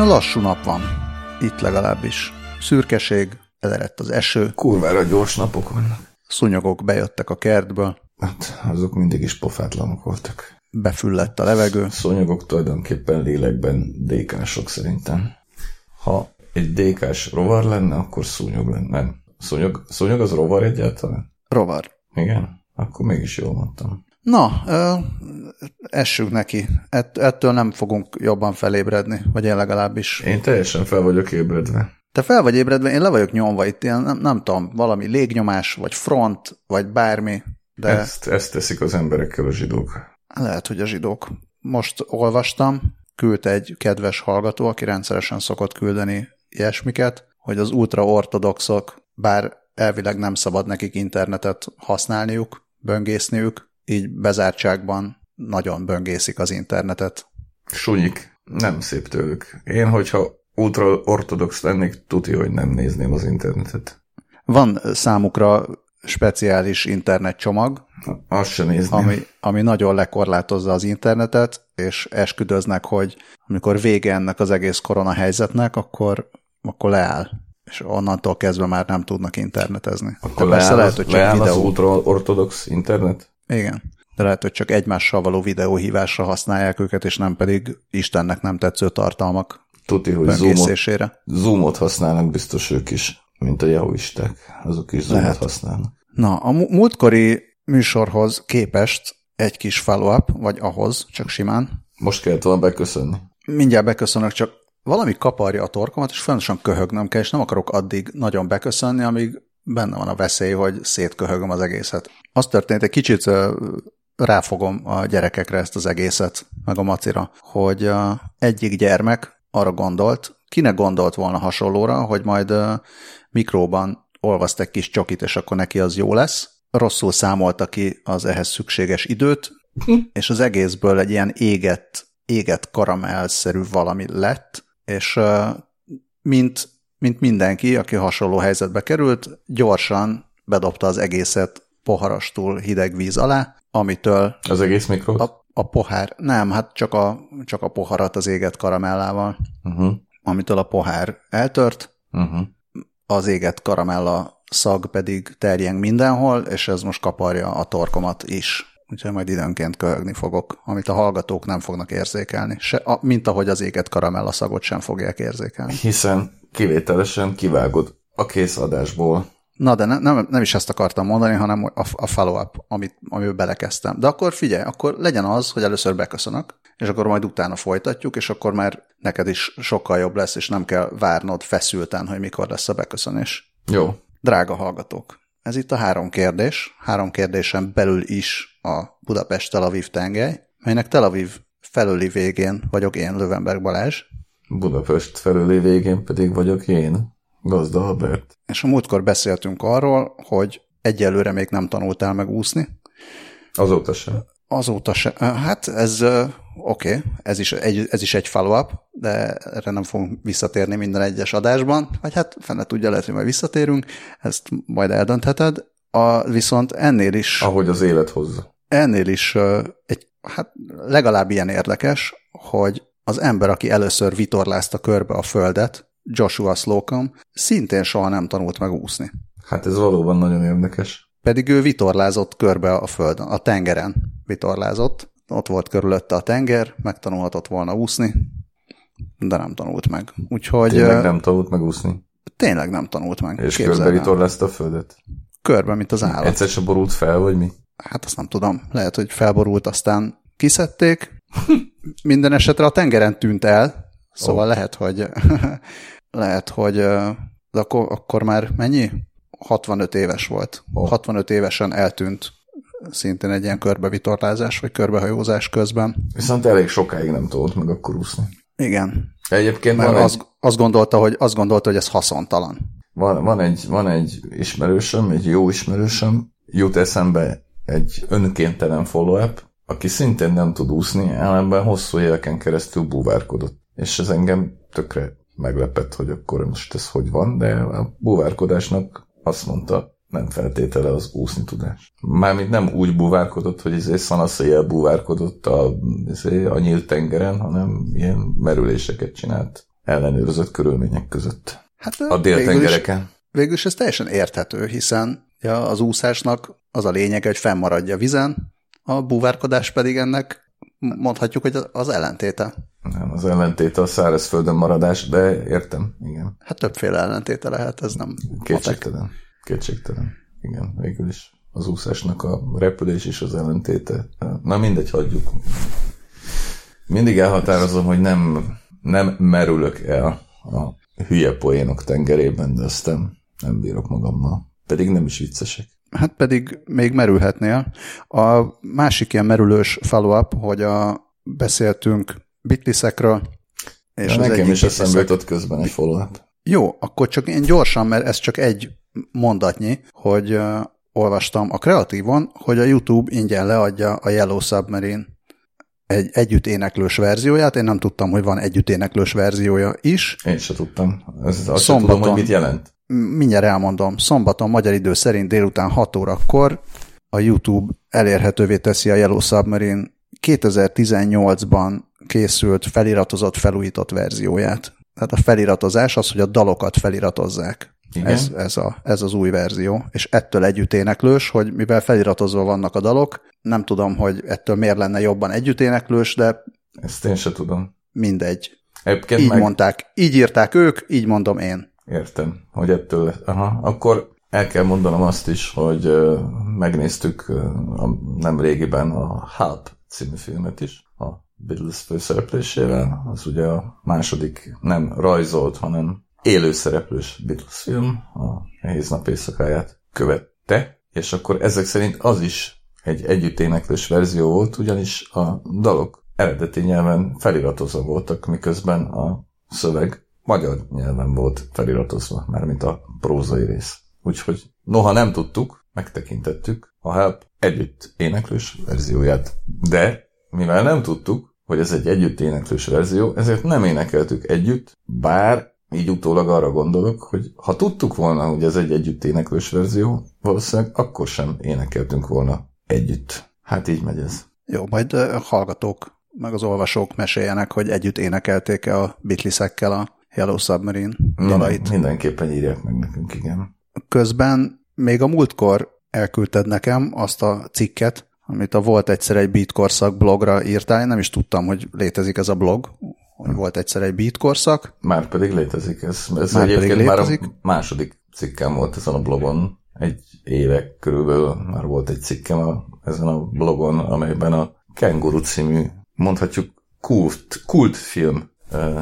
Lassú nap van. Itt legalábbis. Szürkeség, elerett az eső. Kurvára gyors napok vannak. Szúnyogok bejöttek a kertből. Hát azok mindig is pofátlanok voltak. Befüllett a levegő. Szúnyogok tulajdonképpen lélekben dékások szerintem. Ha egy dékás rovar lenne, akkor szúnyog lenne. Nem. Szúnyog az rovar egyáltalán? Rovar. Igen? Akkor mégis jól mondtam. Na, essünk neki. Ettől nem fogunk jobban felébredni, vagy én legalábbis. Én teljesen fel vagyok ébredve. Te fel vagy ébredve, én le vagyok nyomva itt, ilyen, nem tudom, valami légnyomás, vagy front, vagy bármi. De Ezt teszik az emberekkel a zsidók. lehet, hogy a zsidók. Most olvastam, küldte egy kedves hallgató, aki rendszeresen szokott küldeni ilyesmiket, hogy az ultraortodoxok, bár elvileg nem szabad nekik internetet használniuk, böngészniük, így bezártságban nagyon böngészik az internetet. Sunyik. Nem szép tőlük. Én, hogyha ultraortodox lennék, tuti, hogy nem nézném az internetet. Van számukra speciális internetcsomag, Azt se nézném. ami nagyon lekorlátozza az internetet, és esküdöznek, hogy amikor vége ennek az egész koronahelyzetnek, akkor leáll. És onnantól kezdve már nem tudnak internetezni. Akkor leáll az ultraortodox internet? Igen. De lehet, hogy csak egymással való videóhívásra használják őket, és nem pedig Istennek nem tetsző tartalmak Tuti, hogy Zoomot használnak biztos ők is, mint a jehoisták. Azok is Zoomot használnak. Na, a múltkori műsorhoz képest egy kis follow-up, vagy ahhoz, csak simán. Most kellett volna beköszönni. Mindjárt beköszönök, csak valami kaparja a torkomat, és folyamatosan köhögnöm kell, és nem akarok addig nagyon beköszönni, amíg benne van a veszély, hogy szétköhögöm az egészet. Az történt, egy kicsit ráfogom a gyerekekre ezt az egészet, meg a macira, hogy egyik gyermek arra gondolt, kinek gondolt volna hasonlóra, hogy majd mikróban olvaszt egy kis csokit, és akkor neki az jó lesz. Rosszul számolta ki az ehhez szükséges időt, és az egészből egy ilyen égett karamellszerű valami lett, és mint mindenki, aki hasonló helyzetbe került, gyorsan bedobta az egészet poharastul hideg víz alá, amitől az egész mikrót? A pohár, nem, hát csak a poharat az égett karamellával, amitől a pohár eltört, az égett karamella szag pedig terjeng mindenhol, és ez most kaparja a torkomat is. Úgyhogy majd időnként köhögni fogok, amit a hallgatók nem fognak érzékelni. Mint ahogy az égett karamella szagot sem fogják érzékelni. Hiszen kivételesen kivágod a kész adásból. Na, de nem is ezt akartam mondani, hanem a follow-up, amiben belekezdtem. De akkor figyelj, akkor legyen az, hogy először beköszönök, és akkor majd utána folytatjuk, és akkor már neked is sokkal jobb lesz, és nem kell várnod feszülten, hogy mikor lesz a beköszönés. Jó. Drága hallgatók, ez itt a 3 kérdés, 3 kérdésen belül is a Budapest-Tel Aviv tengely, melynek Tel Aviv felőli végén vagyok én, Löwenberg Balázs. Budapest felőli végén pedig vagyok én, Gazda Albert. És a múltkor beszéltünk arról, hogy egyelőre még nem tanultál meg úszni. Azóta sem. Azóta sem. Hát ez oké, ez is egy follow-up, de erre nem fogunk visszatérni minden egyes adásban, vagy hát fene tudja, lehet, hogy majd visszatérünk, ezt majd eldöntheted. Viszont ennél is... Ahogy az élet hozza. Ennél is hát legalább ilyen érdekes, hogy az ember, aki először vitorlázta körbe a földet, Joshua Slocum, szintén soha nem tanult meg úszni. Hát ez valóban nagyon érdekes. Pedig ő vitorlázott körbe a földön, a tengeren vitorlázott. Ott volt körülötte a tenger, megtanulhatott volna úszni, de nem tanult meg. Úgyhogy... Tényleg nem tanult meg úszni? Tényleg nem tanult meg. És körbe vitorlázta a földet? Körbe, mint az állat. Egyszer se borult fel, vagy mi? Hát azt nem tudom. Lehet, hogy felborult, aztán kiszedték. Minden esetre a tengeren tűnt el, szóval lehet, hogy de akkor már mennyi? 65 éves volt. 65 évesen eltűnt szintén egy ilyen körbevitorlázás, vagy körbehajózás közben. Viszont elég sokáig nem tudott meg akkor úszni. Igen. Egyébként mert azt gondolta, hogy ez haszontalan. Van egy ismerősöm, egy jó ismerősöm, jut eszembe egy önkéntelen follow-up, aki szintén nem tud úszni, ellenben hosszú éveken keresztül búvárkodott. És ez engem tökre meglepett, hogy akkor most ez hogy van, de a búvárkodásnak azt mondta, nem feltétele az úszni tudás. Mármint nem úgy búvárkodott, hogy szanaszéjjel búvárkodott a nyílt tengeren, hanem ilyen merüléseket csinált ellenőrzött körülmények között. Hát a déltengereken. Végülis ez teljesen érthető, hiszen az úszásnak az a lényege, hogy fennmaradja vízen, a búvárkodás pedig ennek mondhatjuk, hogy az ellentéte. Nem, az ellentéte a szárazföldön maradás, de értem, igen. Hát többféle ellentéte lehet, ez nem... Kétségtelen. Igen, végül is az úszásnak a repülés is az ellentéte. Na mindegy, hagyjuk. Mindig elhatározom, hogy nem merülök el a hülye poénok tengerében, de aztán nem bírok magammal. Pedig nem is viccesek. Hát pedig még merülhetnél. A másik ilyen merülős follow-up, hogy beszéltünk Bitlisekről, és nekem is eszembe jutott közben egy follow-up. Jó, akkor csak én gyorsan, mert ez csak egy mondatnyi, hogy olvastam a Kreatívon, hogy a YouTube ingyen leadja a Yellow Submarine egy együtt éneklős verzióját. Én nem tudtam, hogy van együtt éneklős verziója is. Én sem tudtam. Azt sem tudom, hogy mit jelent. Mindjárt elmondom. Szombaton magyar idő szerint délután 6 órakor a YouTube elérhetővé teszi a Yellow Submarine 2018-ban készült, feliratozott, felújított verzióját. Tehát a feliratozás az, hogy a dalokat feliratozzák. Ez az új verzió. És ettől együtt éneklős, hogy mivel feliratozva vannak a dalok, nem tudom, hogy ettől miért lenne jobban együtt éneklős, de... Ezt én sem tudom. Mindegy. Így mondták, így írták ők, így mondom én. Értem, hogy ettől... Aha, akkor el kell mondanom azt is, hogy megnéztük nem régiben a Help című filmet is, a Beatles főszereplésével. Az ugye a második nem rajzolt, hanem élőszereplős Beatles film, a Nehéz nap éjszakáját követte, és akkor ezek szerint az is egy együtt éneklős verzió volt, ugyanis a dalok eredeti nyelven feliratozva voltak, miközben a szöveg magyar nyelven volt feliratozva, mármint a prózai rész. Úgyhogy noha nem tudtuk, megtekintettük a Help együtt éneklős verzióját. De mivel nem tudtuk, hogy ez egy együtt éneklős verzió, ezért nem énekeltük együtt, bár így utólag arra gondolok, hogy ha tudtuk volna, hogy ez egy együtt éneklős verzió, valószínűleg akkor sem énekeltünk volna együtt. Hát így megy ez. Jó, majd a hallgatók, meg az olvasók meséljenek, hogy együtt énekelték-e a Beatlesekkel a Yellow Submarine dalait. Mindenképpen írják meg nekünk, igen. Közben még a múltkor elküldted nekem azt a cikket, amit a Volt egyszer egy Beat korszak blogra írtál. Én nem is tudtam, hogy létezik ez a blog, hogy volt egyszer egy Beat korszak. Már pedig létezik ez. Ez egyébként már a második cikkem volt ezen a blogon. Egy éve körülbelül már volt egy cikkem ezen a blogon, amelyben a Kenguru című, mondhatjuk kultfilm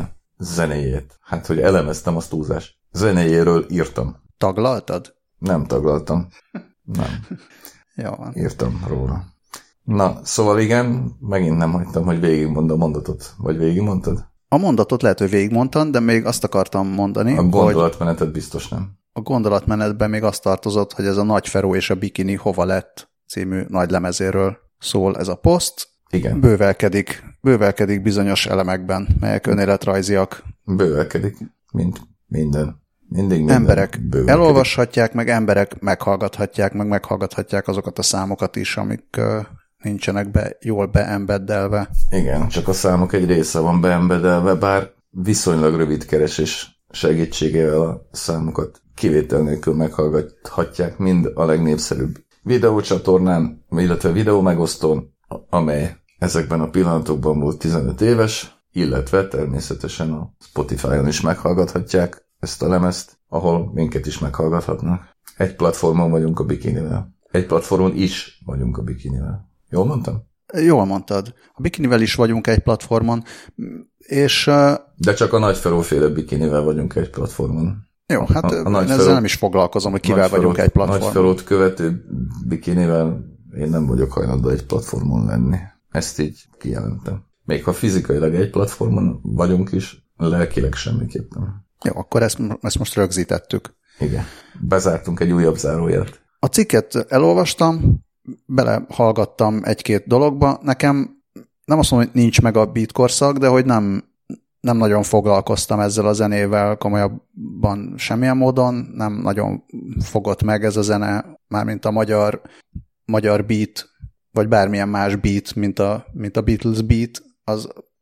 zenéjét. Hát, hogy elemeztem azt túlzás. Zenéjéről írtam. Taglaltad? Nem taglaltam. Nem. Jó van. Írtam róla. Na, szóval igen, megint nem hagytam, hogy végigmond a mondatot. Vagy végigmondtad? A mondatot lehet, hogy végigmondtam, de még azt akartam mondani, a gondolatmenetet biztos nem. A gondolatmenetben még azt tartozott, hogy ez a Nagy Feró és a Bikini hova lett című nagy lemezéről szól ez a poszt. Igen. Bővelkedik bizonyos elemekben, melyek önéletrajziak. Bővelkedik, mint minden. Mindig minden emberek elolvashatják, meg emberek meghallgathatják azokat a számokat is, amik nincsenek jól beembeddelve. Igen, csak a számok egy része van beembeddelve, bár viszonylag rövid keresés segítségével a számokat kivétel nélkül meghallgathatják mind a legnépszerűbb videócsatornán, illetve videómegosztón, amely ezekben a pillanatokban volt 15 éves, illetve természetesen a Spotify-on is meghallgathatják ezt a lemezt, ahol minket is meghallgathatnak. Egy platformon vagyunk a Bikinivel. Egy platformon is vagyunk a Bikinivel. Jól mondtam? Jól mondtad. A Bikinivel is vagyunk egy platformon, és... De csak a Nagyferóféle Bikinivel vagyunk egy platformon. Jó, hát ezzel nem is foglalkozom, hogy kivel vagyunk egy platformon. Nagyferót követő Bikinivel én nem vagyok hajlandó egy platformon lenni. Ezt így kijelentem. Még ha fizikailag egy platformon vagyunk is, lelkileg semmiképpen. Jó, akkor ezt most rögzítettük. Igen. Bezártunk egy újabb zárójelet. A cikket elolvastam, belehallgattam egy-két dologba. Nekem nem azt mondom, hogy nincs meg a beat korszak, de hogy nem nagyon foglalkoztam ezzel a zenével komolyabban semmilyen módon. Nem nagyon fogott meg ez a zene, mármint a magyar beat, vagy bármilyen más beat, mint a Beatles beat,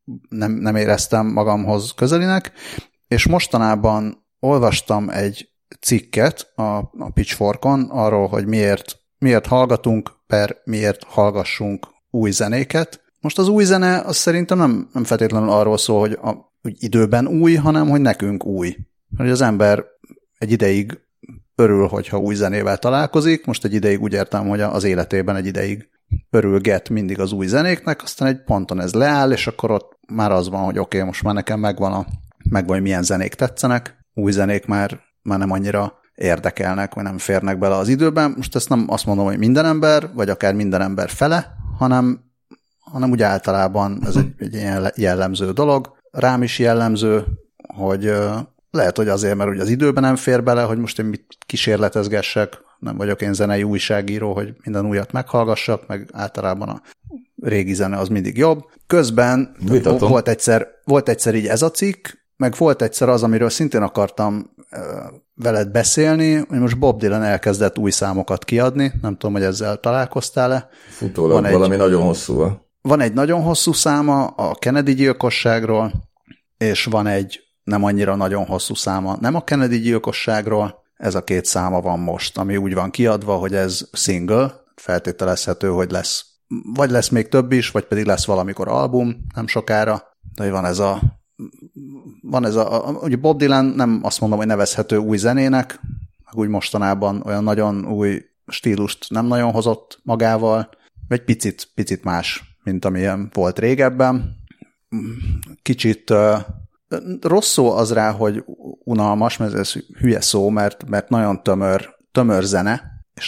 nem éreztem magamhoz közelinek, és mostanában olvastam egy cikket a Pitchforkon arról, hogy miért hallgatunk, miért hallgassunk új zenéket. Most az új zene az szerintem nem feltétlenül arról szól, hogy hogy időben új, hanem hogy nekünk új. Hogy az ember egy ideig örül, hogyha új zenével találkozik, most egy ideig úgy értem, hogy az életében egy ideig örülget mindig az új zenéknek, aztán egy ponton ez leáll, és akkor ott már az van, hogy oké, most már nekem megvan, hogy milyen zenék tetszenek, új zenék már nem annyira érdekelnek, vagy nem férnek bele az időben. Most ezt nem azt mondom, hogy minden ember, vagy akár minden ember fele, hanem úgy általában ez egy ilyen jellemző dolog. Rám is jellemző, hogy lehet, hogy azért, mert ugye az időben nem fér bele, hogy most én mit kísérletezgessek, nem vagyok én zenei újságíró, hogy minden újat meghallgassak, meg általában a régi zene az mindig jobb. Közben volt egyszer így ez a cikk, meg volt egyszer az, amiről szintén akartam veled beszélni, hogy most Bob Dylan elkezdett új számokat kiadni, nem tudom, hogy ezzel találkoztál-e. Futólag valami nagyon hosszú. Van egy nagyon hosszú száma a Kennedy gyilkosságról, és van egy nem annyira nagyon hosszú száma nem a Kennedy gyilkosságról. Ez a két száma van most, ami úgy van kiadva, hogy ez single, feltételezhető, hogy lesz még több is, vagy pedig lesz valamikor album, nem sokára. De van ez a ugye Bob Dylan nem azt mondom, hogy nevezhető új zenének, meg úgy mostanában olyan nagyon új stílust nem nagyon hozott magával, vagy picit más, mint amilyen volt régebben. Kicsit rossz szó az rá, hogy unalmas, mert ez hülye szó, mert nagyon tömör zene, és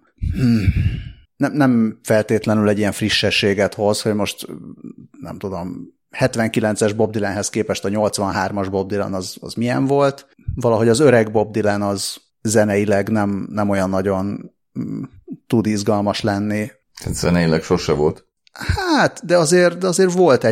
nem feltétlenül egy ilyen frissességet hoz, hogy most nem tudom, 79-es Bob Dylanhez képest a 83-as Bob Dylan az milyen volt. Valahogy az öreg Bob Dylan az zeneileg nem olyan nagyon tud izgalmas lenni. Tehát zeneileg sose volt. Hát, de azért volt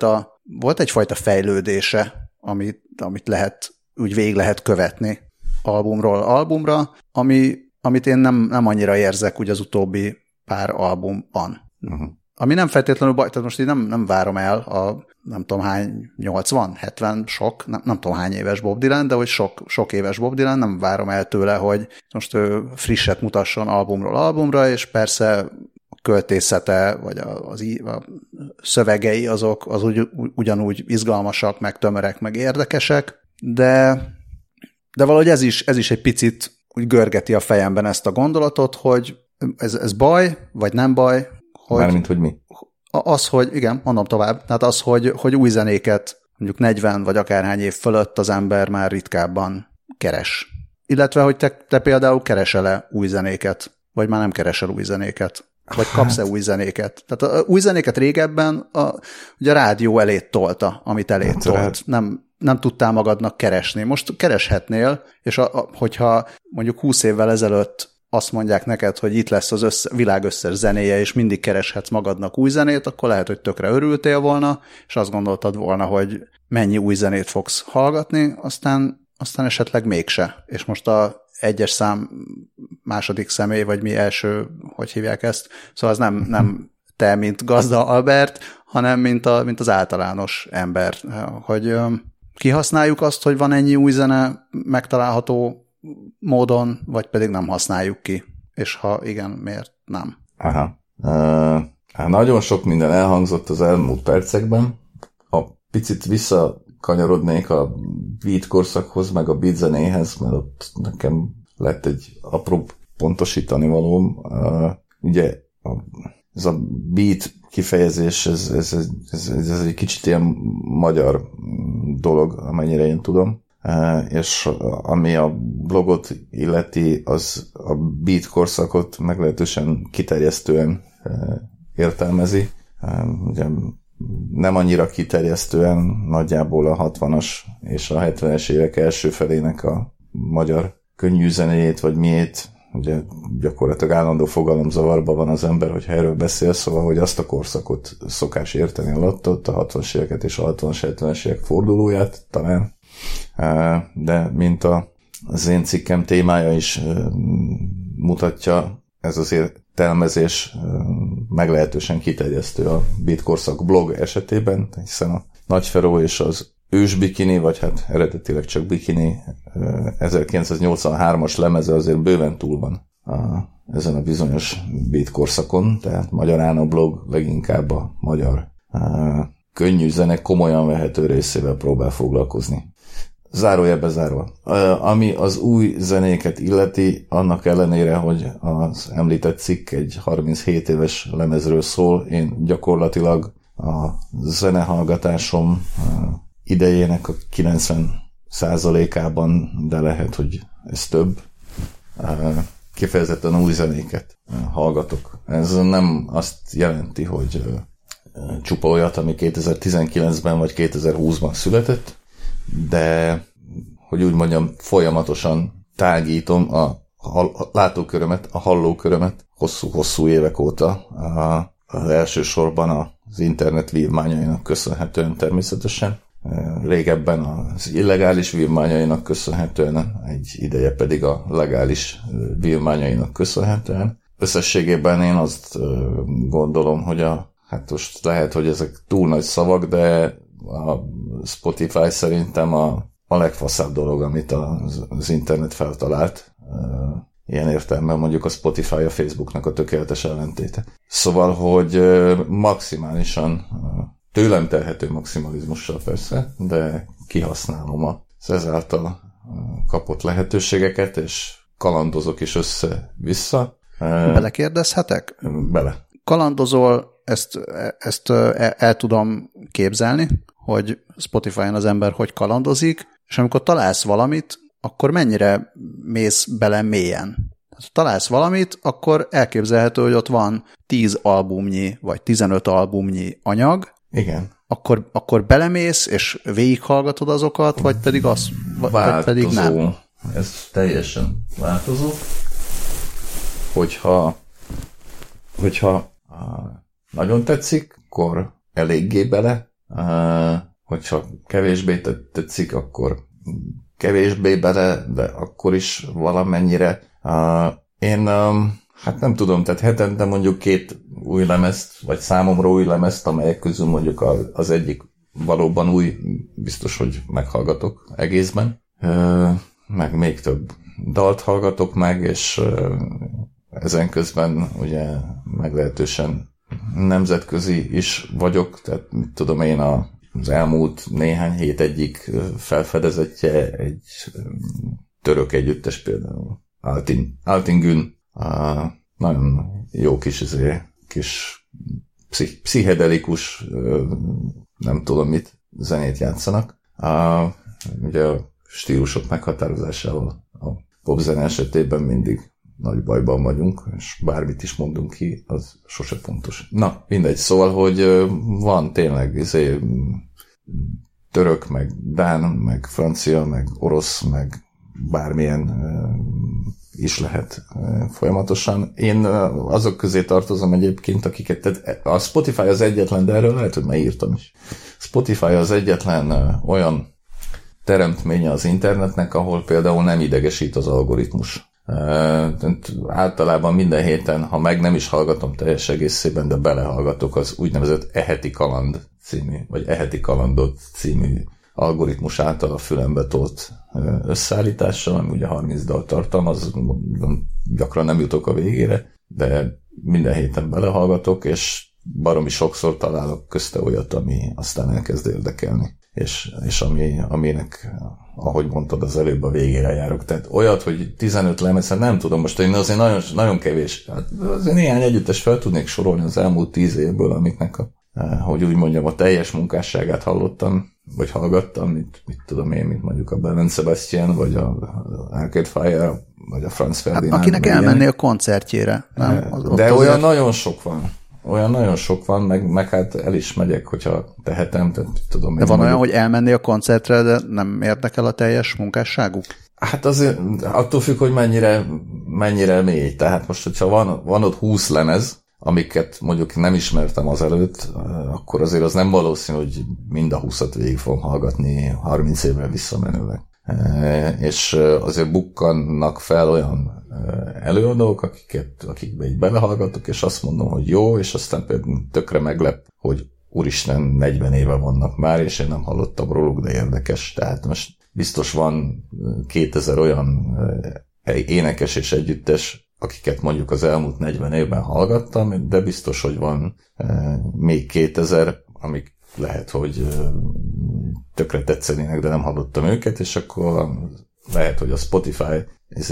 egyfajta fejlődése, amit úgy végig lehet követni albumról albumra, amit én nem annyira érzek úgy az utóbbi pár albumban. Uh-huh. Ami nem feltétlenül baj, tehát most így nem várom el a nem tudom hány, 80, 70, sok, nem tudom hány éves Bob Dylan, de hogy sok éves Bob Dylan, nem várom el tőle, hogy most ő frisset mutasson albumról albumra, és persze a költészete, vagy a szövegei az ugyanúgy izgalmasak, meg tömörek, meg érdekesek, de valahogy ez is egy picit úgy görgeti a fejemben ezt a gondolatot, hogy ez baj, vagy nem baj. Mármint, hogy mi? Az, hogy, igen, mondom tovább, tehát az, hogy új zenéket mondjuk 40 vagy akárhány év fölött az ember már ritkábban keres. Illetve, hogy te például keresel-e új zenéket, vagy már nem keresel új zenéket, vagy kapsz-e új zenéket. Tehát a új zenéket régebben ugye a rádió elét tolta, amit elét tolt. Nem tudtál magadnak keresni. Most kereshetnél, és hogyha mondjuk 20 évvel ezelőtt azt mondják neked, hogy itt lesz az világ összes zenéje, és mindig kereshetsz magadnak új zenét, akkor lehet, hogy tökre örültél volna, és azt gondoltad volna, hogy mennyi új zenét fogsz hallgatni, aztán esetleg mégse. És most a egyes szám második személy, vagy mi első, hogy hívják ezt, szóval az nem te, mint Gazda Albert, hanem mint az általános ember. Hogy kihasználjuk azt, hogy van ennyi új zene megtalálható módon, vagy pedig nem használjuk ki. És ha igen, miért nem? Aha. Nagyon sok minden elhangzott az elmúlt percekben. Ha picit visszakanyarodnék a beat korszakhoz, meg a beat zenéhez, mert ott nekem lett egy apró pontosítani valóm. Ugye ez a beat kifejezés, ez egy kicsit ilyen magyar dolog, amennyire én tudom. És ami a blogot illeti, az a beat korszakot meglehetősen kiterjesztően értelmezi. Ugye nem annyira kiterjesztően, nagyjából a 60-as és a 70-es évek első felének a magyar könnyű zenéjét, vagy miét, ugye gyakorlatilag állandó fogalomzavarban van az ember, hogyha erről beszél, szóval, hogy azt a korszakot szokás érteni alatt, ott a 60-as éveket és a 60-as, 70-es évek fordulóját talán, de mint az én cikkem témája is mutatja, ez az értelmezés meglehetősen kiterjesztő a beat korszak blog esetében, hiszen a Nagyferó és az ős bikini, vagy hát eredetileg csak bikini 1983-as lemeze azért bőven túl van ezen a bizonyos beat korszakon, tehát Magyar Ána blog leginkább a magyar könnyű zene komolyan vehető részével próbál foglalkozni. Zárójelbe zárva. Ami az új zenéket illeti, annak ellenére, hogy az említett cikk egy 37 éves lemezről szól, én gyakorlatilag a zenehallgatásom idejének a 90%-ában, de lehet, hogy ez több, kifejezetten új zenéket hallgatok. Ez nem azt jelenti, hogy csupa olyat, ami 2019-ben vagy 2020-ban született, de, hogy úgy mondjam, folyamatosan tágítom a látókörömet, a hallókörömet hosszú-hosszú évek óta, az elsősorban az internet vívmányainak köszönhetően természetesen, régebben az illegális vívmányainak köszönhetően, egy ideje pedig a legális vívmányainak köszönhetően. Összességében én azt gondolom, hogy hát most lehet, hogy ezek túl nagy szavak, de a Spotify szerintem a legfaszább dolog, amit az internet feltalált. Ilyen értelemben mondjuk a Spotify a Facebooknak a tökéletes ellentéte. Szóval, hogy maximálisan, tőlem telhető maximalizmussal persze, de kihasználom az ezáltal kapott lehetőségeket, és kalandozok is össze-vissza. Belekérdezhetek? Bele. Kalandozol, ezt el tudom képzelni, hogy Spotify-on az ember hogy kalandozik, és amikor találsz valamit, akkor mennyire mész bele mélyen. Ha találsz valamit, akkor elképzelhető, hogy ott van 10 albumnyi, vagy 15 albumnyi anyag. Igen. Akkor belemész, és végighallgatod azokat, vagy pedig az, vagy pedig nem. Ez teljesen változó. Hogyha nagyon tetszik, akkor eléggé bele. Hogyha kevésbé tetszik, akkor kevésbé bele, de akkor is valamennyire. Én hát nem tudom, tehát hetente mondjuk 2 új lemezt, vagy számomra új lemezt, amelyek közül mondjuk az egyik valóban új, biztos, hogy meghallgatok egészben. Meg még több dalt hallgatok meg, és ezen közben ugye meglehetősen nemzetközi is vagyok, tehát mit tudom én, az elmúlt néhány hét egyik felfedezetje egy török együttes például, Altingün, nagyon jó kis pszichedelikus, nem tudom mit, zenét játszanak. Ugye a stílusok meghatározásával a popzene esetében mindig nagy bajban vagyunk, és bármit is mondunk ki, az sose pontos. Na, mindegy, szóval, hogy van tényleg török, meg dán, meg francia, meg orosz, meg bármilyen is lehet folyamatosan. Én azok közé tartozom egyébként, akiket, tehát a Spotify az egyetlen, de erről lehet, hogy már írtam is. Spotify az egyetlen olyan teremtménye az internetnek, ahol például nem idegesít az algoritmus. Általában minden héten, ha meg nem is hallgatom teljes egészében, de belehallgatok az úgynevezett Eheti Kaland című, vagy Eheti Kalandot című algoritmus által a fülembe tolt összeállítással, ami ugye 30 dal tartalmaz, gyakran nem jutok a végére, de minden héten belehallgatok, és baromi sokszor találok közte olyat, ami aztán elkezd érdekelni, és aminek, ahogy mondtad, az előbb a végére járok. Tehát olyat, hogy 15 lemez, nem tudom, most én azért nagyon, nagyon kevés, hát azért néhány együttes fel tudnék sorolni az elmúlt 10 évből, amiknek hogy úgy mondjam, a teljes munkásságát hallottam, vagy hallgattam, mit tudom én, mint mondjuk a Belen Sebastian, vagy a Arcade Fire, vagy a Franz Ferdinand. Hát, akinek elmenni a koncertjére. Nem? De olyan nagyon sok van. Olyan nagyon sok van, meg hát el is megyek, hogyha tehetem. Tehát, tudom, de van olyan, hogy elmenni a koncertre, de nem érdekel a teljes munkásságuk? Hát azért attól függ, hogy mennyire mély. Tehát most, hogyha van ott 20 lemez, amiket mondjuk nem ismertem azelőtt, akkor azért az nem valószínű, hogy mind a 20-at végig fogom hallgatni 30 évvel visszamenőleg. És azért bukkannak fel olyan előadók, akikbe így belehallgatok, és azt mondom, hogy jó, és aztán például tökre meglep, hogy úristen, 40 éve vannak már, és én nem hallottam róluk, de érdekes. Tehát most biztos van 2000 olyan énekes és együttes, akiket mondjuk az elmúlt 40 évben hallgattam, de biztos, hogy van még 2000, amik lehet, hogy tökre tetszenének, de nem hallottam őket, és akkor lehet, hogy a Spotify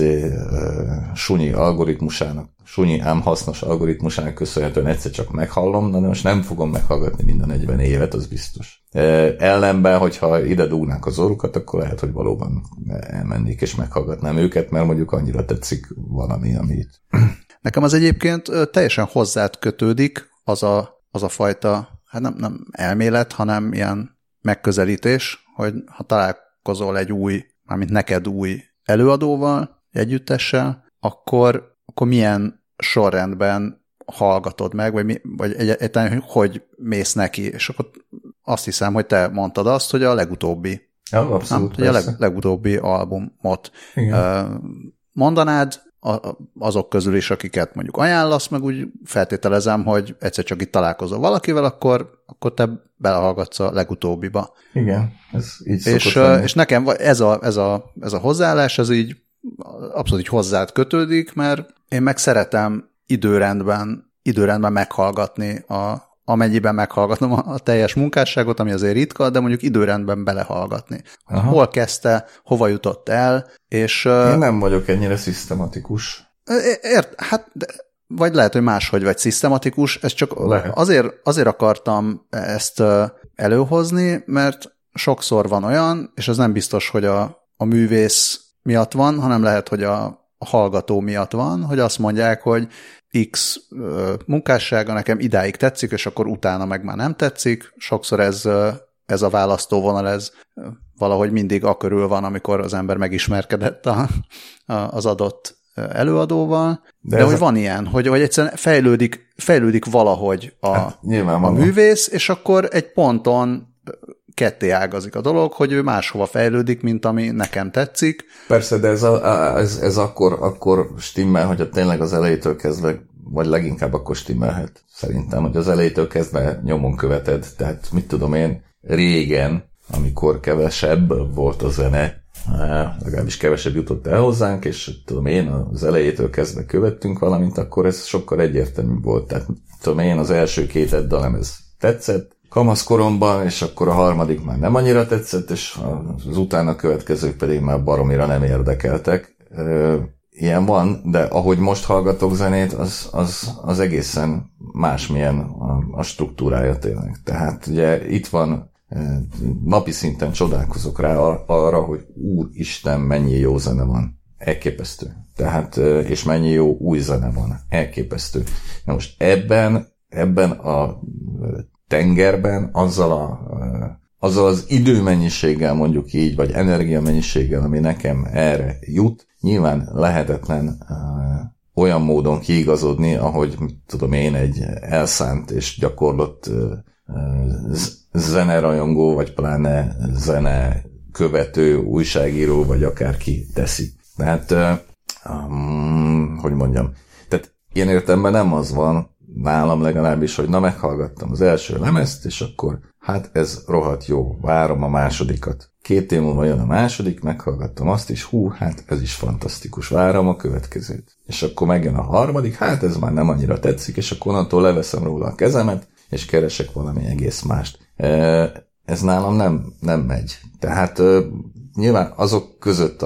sunyi algoritmusának, sunyi ám hasznos algoritmusának köszönhetően egyszer csak meghallom, de most nem fogom meghallgatni minden 40 évet, az biztos. Ellenben, hogyha ide dúgnák az orrukat, akkor lehet, hogy valóban elmennék és meghallgatnám őket, mert mondjuk annyira tetszik valami, amit... Nekem az egyébként teljesen hozzád kötődik az a fajta, hát nem elmélet, hanem ilyen megközelítés, hogy ha találkozol egy új, mármint neked új előadóval, együttessel, akkor milyen sorrendben hallgatod meg, vagy egyáltalán hogy mész neki, és akkor azt hiszem, hogy te mondtad azt, hogy a legutóbbi, ja, abszolút, hogy a legutóbbi albumot mondanád, azok közül is, akiket mondjuk ajánlasz, meg úgy feltételezem, hogy egyszer csak itt találkozol valakivel, akkor te belehallgatsz a legutóbbiba. Igen, ez így szokott lenni. És nekem ez a hozzáállás, ez így abszolút így hozzád kötődik, mert én meg szeretem időrendben meghallgatni, amennyiben meghallgatom a teljes munkásságot, ami azért ritka, de mondjuk időrendben belehallgatni. Hol kezdte, hova jutott el, és... Én nem vagyok ennyire szisztematikus. Vagy lehet, hogy máshogy vagy szisztematikus, ez csak azért akartam ezt előhozni, mert sokszor van olyan, és ez nem biztos, hogy a művész miatt van, hanem lehet, hogy a hallgató miatt van, hogy azt mondják, hogy X munkássága nekem idáig tetszik, és akkor utána meg már nem tetszik. Sokszor ez a választóvonal, ez valahogy mindig akörül van, amikor az ember megismerkedett az adott előadóval. De hogy van ilyen, hogy egyszerűen fejlődik valahogy a művész, és akkor egy ponton ketté ágazik a dolog, hogy ő máshova fejlődik, mint ami nekem tetszik. Persze, de ez akkor stimmel, hogyha tényleg az elejétől kezdve, vagy leginkább akkor stimmelhet. Szerintem, hogy az elejétől kezdve nyomon követed. Tehát mit tudom én, régen, amikor kevesebb volt a zene, legalábbis kevesebb jutott el hozzánk, és tudom én, az elejétől kezdve követtünk valamint, akkor ez sokkal egyértelműbb volt. Tehát tudom én, az első 2 dallam ez tetszett, kamaszkoromban, és akkor a harmadik már nem annyira tetszett, és az utána következők pedig már baromira nem érdekeltek. Ilyen van, de ahogy most hallgatok zenét, az egészen másmilyen a struktúrája tényleg. Tehát ugye itt van, napi szinten csodálkozok rá arra, hogy úristen, mennyi jó zene van. Elképesztő. Tehát, és mennyi jó új zene van. Elképesztő. Na most ebben a tengerben, azzal az időmennyiséggel mondjuk így, vagy energiamennyiséggel, ami nekem erre jut, nyilván lehetetlen olyan módon kiigazodni, ahogy tudom én, egy elszánt és gyakorlott zenerajongó, vagy pláne zene követő, újságíró, vagy akárki teszi. Tehát, hogy mondjam, tehát ilyen értelemben nem az van, nálam legalábbis, hogy na meghallgattam az első lemezt, és akkor hát ez rohadt jó, várom a másodikat. 2 év múlva jön a második, meghallgattam azt is, hát ez is fantasztikus, várom a következőt. És akkor megjön a harmadik, hát ez már nem annyira tetszik, és akkor onnantól leveszem róla a kezemet, és keresek valami egész mást. Ez nálam nem megy. Tehát nyilván azok között,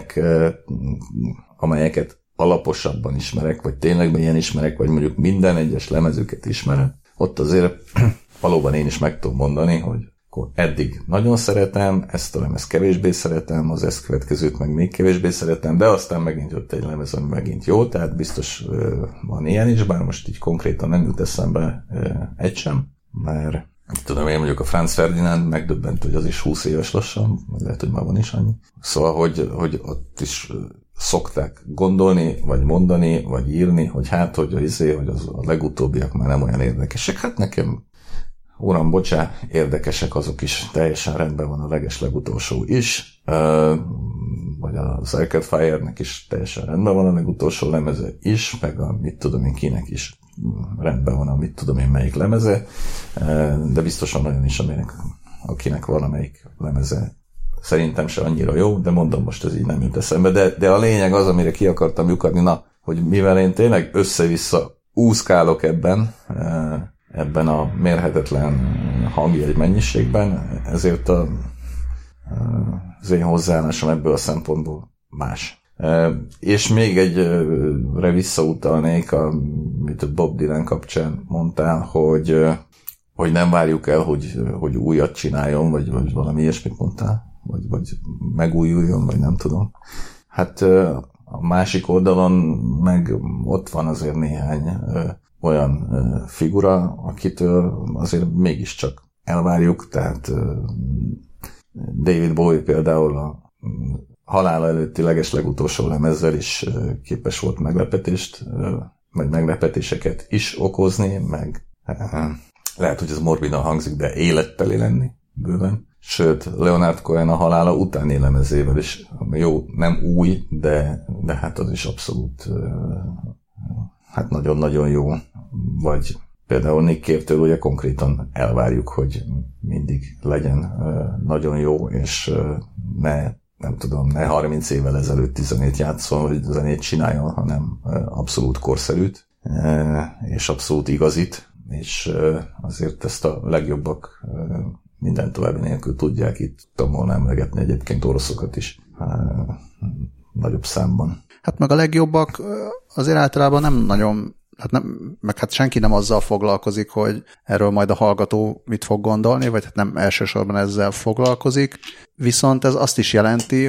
amelyeket alaposabban ismerek, vagy tényleg ilyen ismerek, vagy mondjuk minden egyes lemezüket ismerek, ott azért valóban én is meg tudom mondani, hogy akkor eddig nagyon szeretem, ezt a lemez kevésbé szeretem, az ezt következőt meg még kevésbé szeretem, de aztán megint jött egy lemez, ami megint jó, tehát biztos van ilyen is, bár most így konkrétan nem jut eszembe egy sem, mert tudom én, mondjuk a Franz Ferdinand megdöbbent, hogy az is 20 éves lassan, lehet, hogy már van is annyi. Szóval, hogy ott is szokták gondolni, vagy mondani, vagy írni, hogy hát, hogy a legutóbbiak már nem olyan érdekesek. Hát nekem, uram, bocsá, érdekesek azok is, teljesen rendben van a legutolsó is, vagy az Arcade Fire-nek is teljesen rendben van a legutolsó lemeze is, meg a mit tudom én kinek is rendben van, amit tudom én melyik lemeze, de biztosan olyan is, akinek valamelyik lemeze szerintem se annyira jó, de mondom, most ez így nem jut eszembe, de a lényeg az, amire ki akartam lyukadni, hogy mivel én tényleg össze-vissza úszkálok ebben a mérhetetlen hangjegy mennyiségben, ezért az én hozzáállásom ebből a szempontból más. És még egyre visszautalnék, amit Bob Dylan kapcsán mondtál, hogy nem várjuk el, hogy újat csináljon, vagy valami ilyesmit mondtál, vagy megújuljon, vagy nem tudom. Hát a másik oldalon meg ott van azért néhány olyan figura, akitől azért mégiscsak elvárjuk, tehát David Bowie például a halála előtti legeslegutolsó lemezzel is képes volt meg meglepetéseket is okozni, meg lehet, hogy ez morbidan hangzik, de életteli lenni bőven. Sőt, Leonard Cohen a halála utáni lemezével is, jó, nem új, de hát az is abszolút hát nagyon-nagyon jó. Vagy például Nick Cave-től ugye konkrétan elvárjuk, hogy mindig legyen nagyon jó, és ne 30 évvel ezelőtt zenét játszol, vagy zenét csináljon, hanem abszolút korszerűt, és abszolút igazit, és azért ezt a legjobbak minden további nélkül tudják, itt tudtam volna emlegetni egyébként oroszokat is nagyobb számban. Hát meg a legjobbak azért általában nem nagyon, hát senki nem azzal foglalkozik, hogy erről majd a hallgató mit fog gondolni, vagy hát nem elsősorban ezzel foglalkozik, viszont ez azt is jelenti,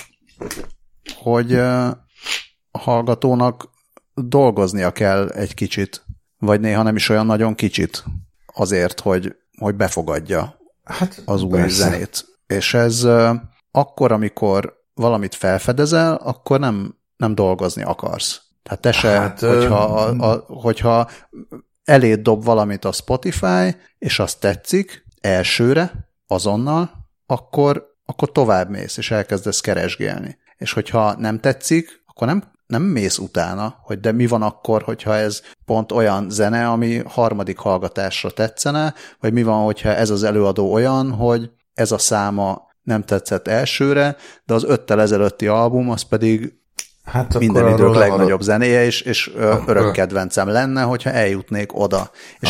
hogy a hallgatónak dolgoznia kell egy kicsit, vagy néha nem is olyan nagyon kicsit azért, hogy befogadja az új zenét. És ez akkor, amikor valamit felfedezel, akkor nem dolgozni akarsz. Tehát te se, hogyha eléd dob valamit a Spotify, és azt tetszik elsőre, azonnal, akkor tovább mész, és elkezdesz keresgélni. És hogyha nem tetszik, akkor nem mész utána, hogy de mi van akkor, hogyha ez pont olyan zene, ami harmadik hallgatásra tetszene, vagy mi van, hogyha ez az előadó olyan, hogy ez a száma nem tetszett elsőre, de az 5-tel ezelőtti album, az pedig minden idők legnagyobb zenéje, és örök kedvencem lenne, hogyha eljutnék oda. És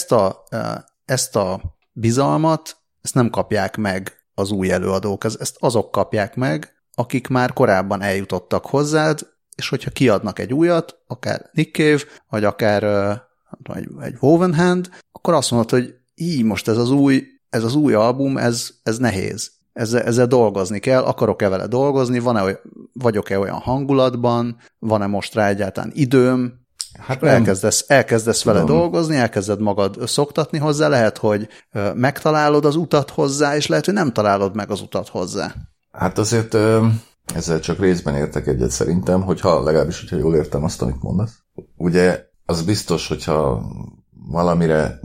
ezt a bizalmat, ezt nem kapják meg az új előadók, ezt azok kapják meg, akik már korábban eljutottak hozzád, és hogyha kiadnak egy újat, akár Nick Cave, vagy akár egy Woven Hand, akkor azt mondod, hogy most ez az új album, ez nehéz. Ezzel dolgozni kell, akarok-e vele dolgozni, vagyok-e olyan hangulatban, van-e most rá egyáltalán időm, hát elkezdesz vele dolgozni, elkezded magad szoktatni hozzá, lehet, hogy megtalálod az utat hozzá, és lehet, hogy nem találod meg az utat hozzá. Hát azért ezzel csak részben értek egyet szerintem, legalábbis, hogyha jól értem azt, amit mondasz. Ugye az biztos, hogyha valamire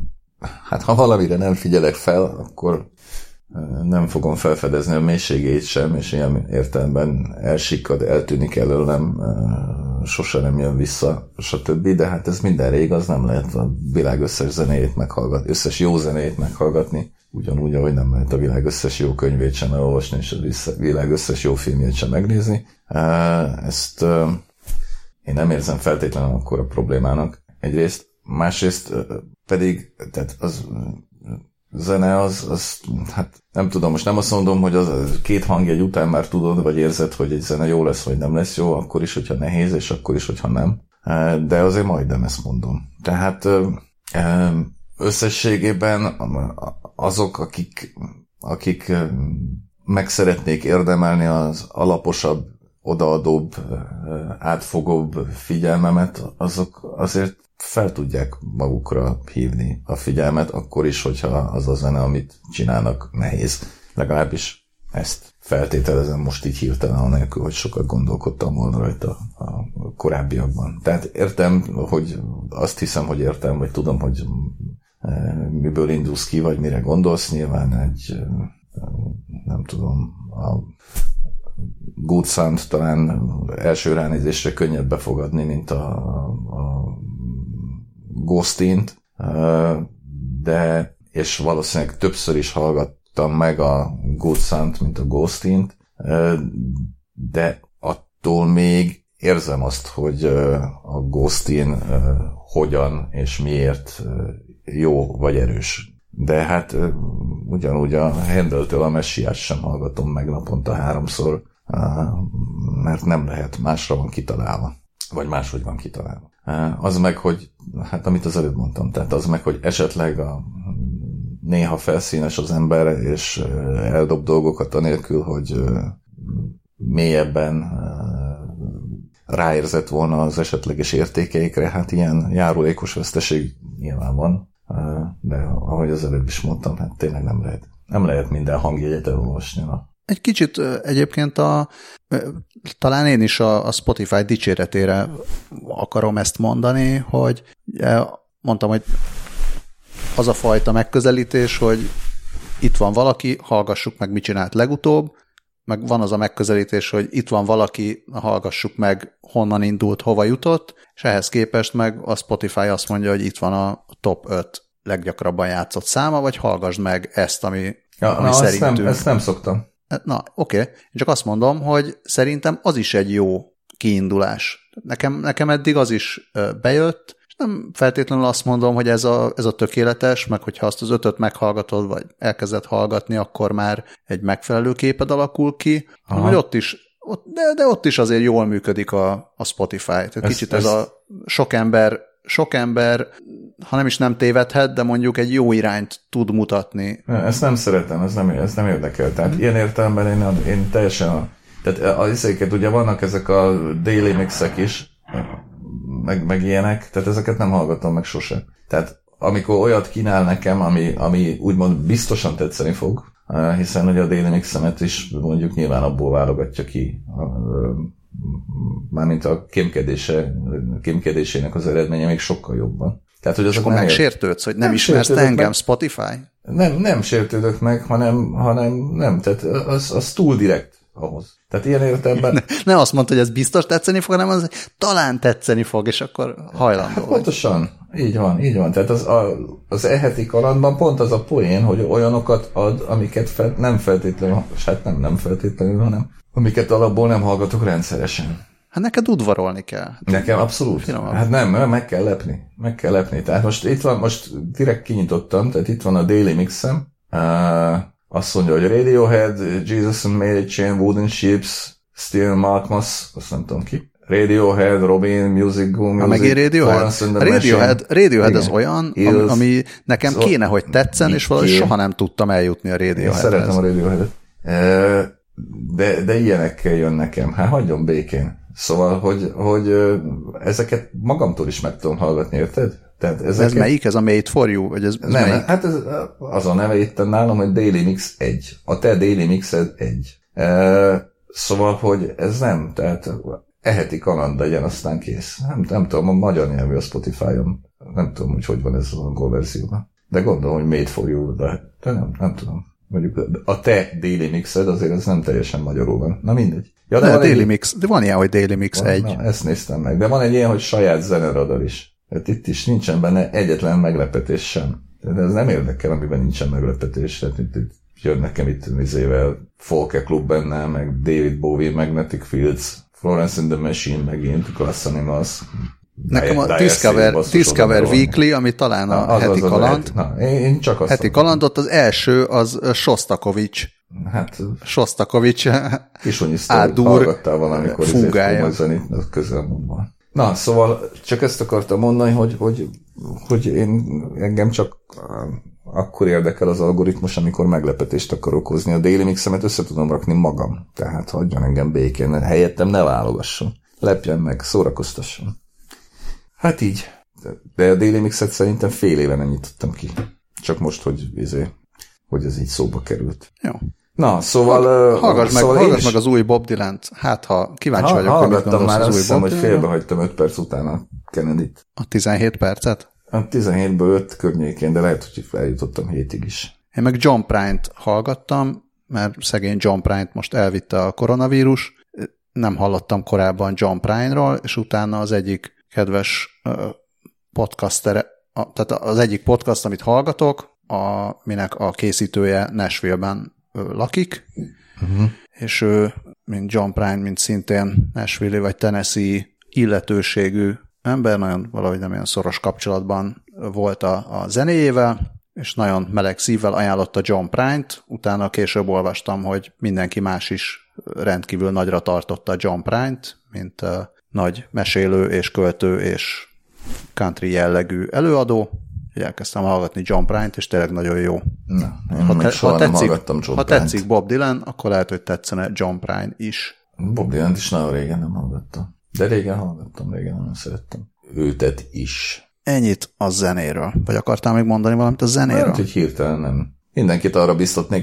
nem figyelek fel, akkor nem fogom felfedezni a mélységét sem, és ilyen értelemben elsikkad, eltűnik előlem, sose nem jön vissza, stb. De hát ez mindenre igaz, nem lehet a világ összes zenéjét meghallgatni, összes jó zenéjét meghallgatni, ugyanúgy, ahogy nem lehet a világ összes jó könyvét sem elolvasni, és a világ összes jó filmjét sem megnézni. Ezt én nem érzem feltétlenül akkora problémának egyrészt, másrészt pedig, tehát az zene az, hát nem tudom, most nem azt mondom, hogy az két hangjegy után már tudod, vagy érzed, hogy egy zene jó lesz, vagy nem lesz jó, akkor is, hogyha nehéz, és akkor is, hogyha nem. De azért majdnem ezt mondom. Tehát összességében azok, akik meg szeretnék érdemelni az alaposabb, odaadóbb, átfogóbb figyelmemet, azok azért fel tudják magukra hívni a figyelmet, akkor is, hogyha az a zene, amit csinálnak, nehéz. Legalábbis ezt feltételezem most így hirtelen, anélkül, hogy sokat gondolkodtam volna rajta a korábbiakban. Tehát értem, hogy azt hiszem, hogy értem, vagy tudom, hogy miből indulsz ki, vagy mire gondolsz. Nyilván nem tudom, a Good Sound talán első ránézésre könnyebb befogadni, mint a Ghostint, de és valószínűleg többször is hallgattam meg a Good Sun-t, mint a Ghostint, de attól még érzem azt, hogy a Ghostin hogyan és miért jó vagy erős. De hát ugyanúgy a Handel-től a Messiát sem hallgatom meg naponta 3-szor, mert nem lehet, másra van kitalálva. Vagy máshogy van kitalálva. Az meg, hogy, hát amit az előbb mondtam, tehát az meg, hogy esetleg néha felszínes az ember, és eldob dolgokat anélkül, hogy mélyebben ráérzett volna az esetleges értékeikre, hát ilyen járulékos veszteség nyilván van, de ahogy az előbb is mondtam, hát tényleg nem lehet minden hangjegyet elolvasni. Egy kicsit egyébként talán én is a Spotify dicséretére akarom ezt mondani, hogy mondtam, hogy az a fajta megközelítés, hogy itt van valaki, hallgassuk meg, mit csinált legutóbb, meg van az a megközelítés, hogy itt van valaki, hallgassuk meg, honnan indult, hova jutott, és ehhez képest meg a Spotify azt mondja, hogy itt van a top 5 leggyakrabban játszott száma, vagy hallgassd meg ezt, ami szerintünk... Ezt nem szoktam. Na, oké. Én csak azt mondom, hogy szerintem az is egy jó kiindulás. Nekem eddig az is bejött, és nem feltétlenül azt mondom, hogy ez a tökéletes, meg hogyha azt az 5-öt meghallgatod, vagy elkezded hallgatni, akkor már egy megfelelő képed alakul ki, hanem hogy ott is azért jól működik a Spotify. Tehát kicsit ez a sok ember, ha nem is nem tévedhet, de mondjuk egy jó irányt tud mutatni. Ezt nem szeretem, ez nem érdekel. Tehát ilyen értelemben én teljesen... Tehát azért ugye vannak ezek a daily mixek is, meg ilyenek, tehát ezeket nem hallgatom meg sose. Tehát amikor olyat kínál nekem, ami úgymond biztosan tetszeni fog, hiszen ugye a daily mixemet is mondjuk nyilván abból válogatja ki, mármint a kémkedésének az eredménye még sokkal jobban. Tehát, hogy és akkor megsértődsz, hogy nem ismersz te engem meg. Spotify? Nem sértődök meg, hanem nem, tehát az túl direkt ahhoz. Tehát ilyen értelemben... Ne azt mondta, hogy ez biztos tetszeni fog, hanem az talán tetszeni fog, és akkor hajlandó. Hát pontosan, így van. Tehát az eheti kalandban pont az a poén, hogy olyanokat ad, amiket nem feltétlenül, hát nem feltétlenül, hanem amiket alapból nem hallgatok rendszeresen. Hát neked udvarolni kell. Nekem abszolút. Finoman. Hát nem, meg kell lepni. Tehát most direkt kinyitottam, tehát itt van a Daily Mixem, azt mondja, hogy Radiohead, Jesus and Mary Chain, Wooden Ships, Steel Malkmus, azt nem tudom ki. Radiohead, Robin, Music Go Music. Megint Radiohead az olyan, ami nekem kéne, hogy tetszen, és valahogy soha nem tudtam eljutni a Radioheadhez. Szeretem a Radioheadet. De ilyenekkel jön nekem. Hát hagyjon békén. Szóval, hogy ezeket magamtól is meg tudom hallgatni, érted? Tehát ez melyik? Ez a Made for You? Vagy ez nem, melyik? Hát az a neve itt nálam, hogy Daily Mix 1. A te Daily Mixed 1. Szóval, hogy ez nem, tehát eheti kaland legyen, aztán kész. Nem tudom, a magyar nyelvű a Spotify-on. Nem tudom, hogy van ez az angol verzióban. De gondolom, hogy Made for You, de nem tudom. Mondjuk a te Daily Mixed azért ez nem teljesen magyarul van. Na mindegy. Ja, de Daily Mix, de van ilyen, hogy Daily Mix 1. Na, ezt néztem meg. De van egy ilyen, hogy saját zeneradar is. Tehát itt is nincsen benne egyetlen meglepetés sem. Tehát ez nem érdekel, amiben nincsen meglepetés. Tehát itt jön nekem itt Folke Club benne, meg David Bowie, Magnetic Fields, Florence and the Machine megint, Glass Animals. Nekem a Discover Weekly, ami talán a heti kaland. Én csak azt heti kalandot, az első az Shostakovich. Hát Shostakovich Ádúr hallgattál valamikor komoly zenét közelmúltban. Na, szóval csak ezt akartam mondani, hogy engem csak akkor érdekel az algoritmus, amikor meglepetést akarok hozni. A Daily Mixemet össze tudom rakni magam. Tehát hagyjon engem békén, helyettem ne válogasson. Lepjen meg, szórakoztasson. Hát így. De a Daily Mixet szerintem fél éve nem nyitottam ki. Csak most, hogy ez így szóba került. Jó. Na, szóval... Hallgass meg az új Bob Dylan-t. Hát, ha kíváncsi vagyok, hogy mit gondolsz már az új Bob Dylan-t. Hogy félbehagytam 5 perc után a Kennedy-t. A 17 percet? A 17-ből 5 környékén, de lehet, hogy eljutottam 7-ig is. Én meg John Prine-t hallgattam, mert szegény John Prine-t most elvitte a koronavírus. Nem hallottam korábban John Prine-ról, és utána az egyik kedves podcaster tehát az egyik podcast, amit hallgatok, aminek a készítője Nashville-ben lakik, és ő, mint John Prine, mint szintén Nashville vagy Tennessee illetőségű ember, nagyon valahogy nem olyan szoros kapcsolatban volt a zenéjével, és nagyon meleg szívvel ajánlotta John Prine-t, utána később olvastam, hogy mindenki más is rendkívül nagyra tartotta John Prine-t, mint nagy mesélő és költő és country jellegű előadó. Elkezdtem hallgatni John Prine-t, és tényleg nagyon jó. Na, ha tetszik Bob Dylan, akkor lehet, hogy tetszene John Prine is. Bob Dylan-t is nagyon régen nem hallgattam. De régen hallgattam, régen nagyon szerettem. Őtet is. Ennyit a zenéről. Vagy akartál még mondani valamit a zenéről? Hát, hogy hirtelen nem. Mindenkit arra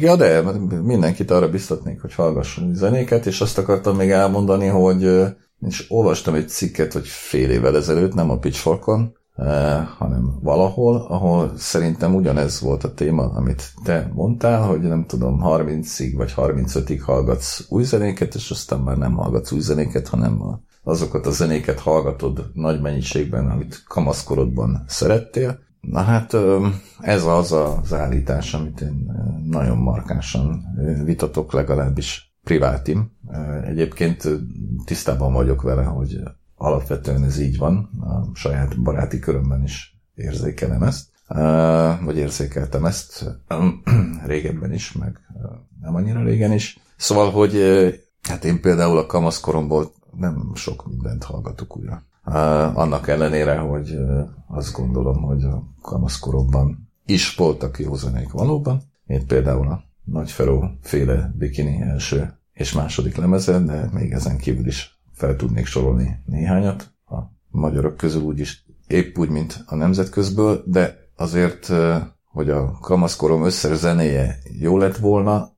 biztatnék, hogy hallgasson zenéket, és azt akartam még elmondani, hogy és olvastam egy cikket, vagy fél évvel ezelőtt, nem a Pitchforkon, hanem valahol, ahol szerintem ugyanez volt a téma, amit te mondtál, hogy nem tudom, 30-ig vagy 35-ig hallgatsz új zenéket, és aztán már nem hallgatsz új zenéket, hanem azokat a zenéket hallgatod nagy mennyiségben, amit kamaszkorodban szerettél. Na hát ez az állítás, amit én nagyon markánsan vitatok, legalábbis privátim. Egyébként tisztában vagyok vele, hogy alapvetően ez így van, a saját baráti körömben is érzékelem ezt, vagy érzékeltem ezt régebben is, meg nem annyira régen is. Szóval, hogy hát én például a kamaszkoromból nem sok mindent hallgatok újra. Annak ellenére, hogy azt gondolom, hogy a kamaszkoromban is voltak jó zenék valóban. Én például a Nagy Feró féle Bikini első és második lemeze, de még ezen kívül is fel tudnék sorolni néhányat. A magyarok közül úgyis épp úgy, mint a nemzetközből, de azért, hogy a kamaszkorom összes zenéje jó lett volna,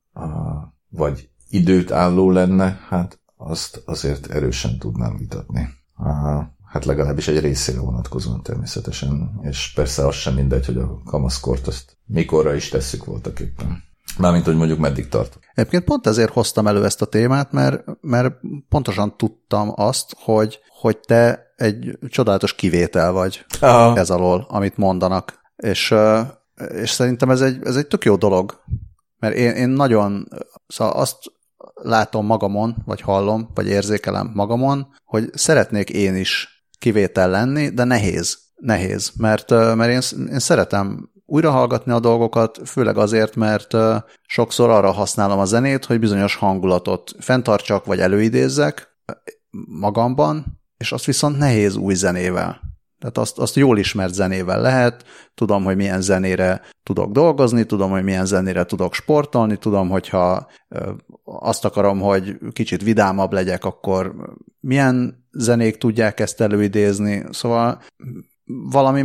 vagy időt álló lenne, hát azt azért erősen tudnám vitatni. Hát legalábbis egy részére vonatkozóan természetesen, és persze az sem mindegy, hogy a kamaszkort azt mikorra is tesszük voltak éppen. Mármint, hogy mondjuk meddig tart. Egyébként pont ezért hoztam elő ezt a témát, mert pontosan tudtam azt, hogy te egy csodálatos kivétel vagy ez alól, amit mondanak. És szerintem ez egy tök jó dolog. Mert én nagyon, szóval azt látom magamon, vagy hallom, vagy érzékelem magamon, hogy szeretnék én is kivétel lenni, de nehéz. Mert én szeretem újra hallgatni a dolgokat, főleg azért, mert sokszor arra használom a zenét, hogy bizonyos hangulatot fenntartsak, vagy előidézzek magamban, és azt viszont nehéz új zenével. Tehát azt jól ismert zenével lehet, tudom, hogy milyen zenére tudok dolgozni, tudom, hogy milyen zenére tudok sportolni, tudom, hogyha azt akarom, hogy kicsit vidámabb legyek, akkor milyen zenék tudják ezt előidézni. Szóval valami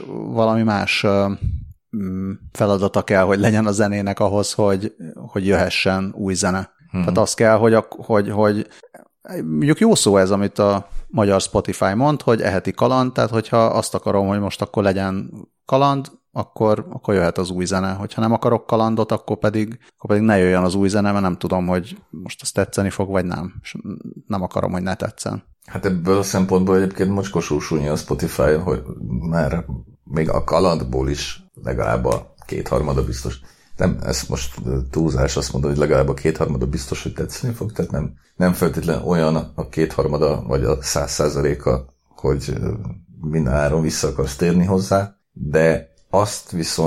más feladata kell, hogy legyen a zenének ahhoz, hogy jöhessen új zene. Tehát az kell, hogy mondjuk jó szó ez, amit a magyar Spotify mond, hogy eheti kaland, tehát hogyha azt akarom, hogy most akkor legyen kaland, akkor jöhet az új zene. Hogyha nem akarok kalandot, akkor pedig ne jöjjön az új zene, mert nem tudom, hogy most azt tetszeni fog, vagy nem. És nem akarom, hogy ne tetszen. Hát ebből a szempontból egyébként mocskosul súnyi a Spotify, hogy már még a kalandból is legalább a 2/3 biztos. Nem, ez most túlzás, azt mondom, hogy legalább a 2/3 biztos, hogy tetszeni fog, tehát nem feltétlenül olyan a 2/3 vagy a 100%-a, hogy minden áron vissza akarsz térni hozzá, de azt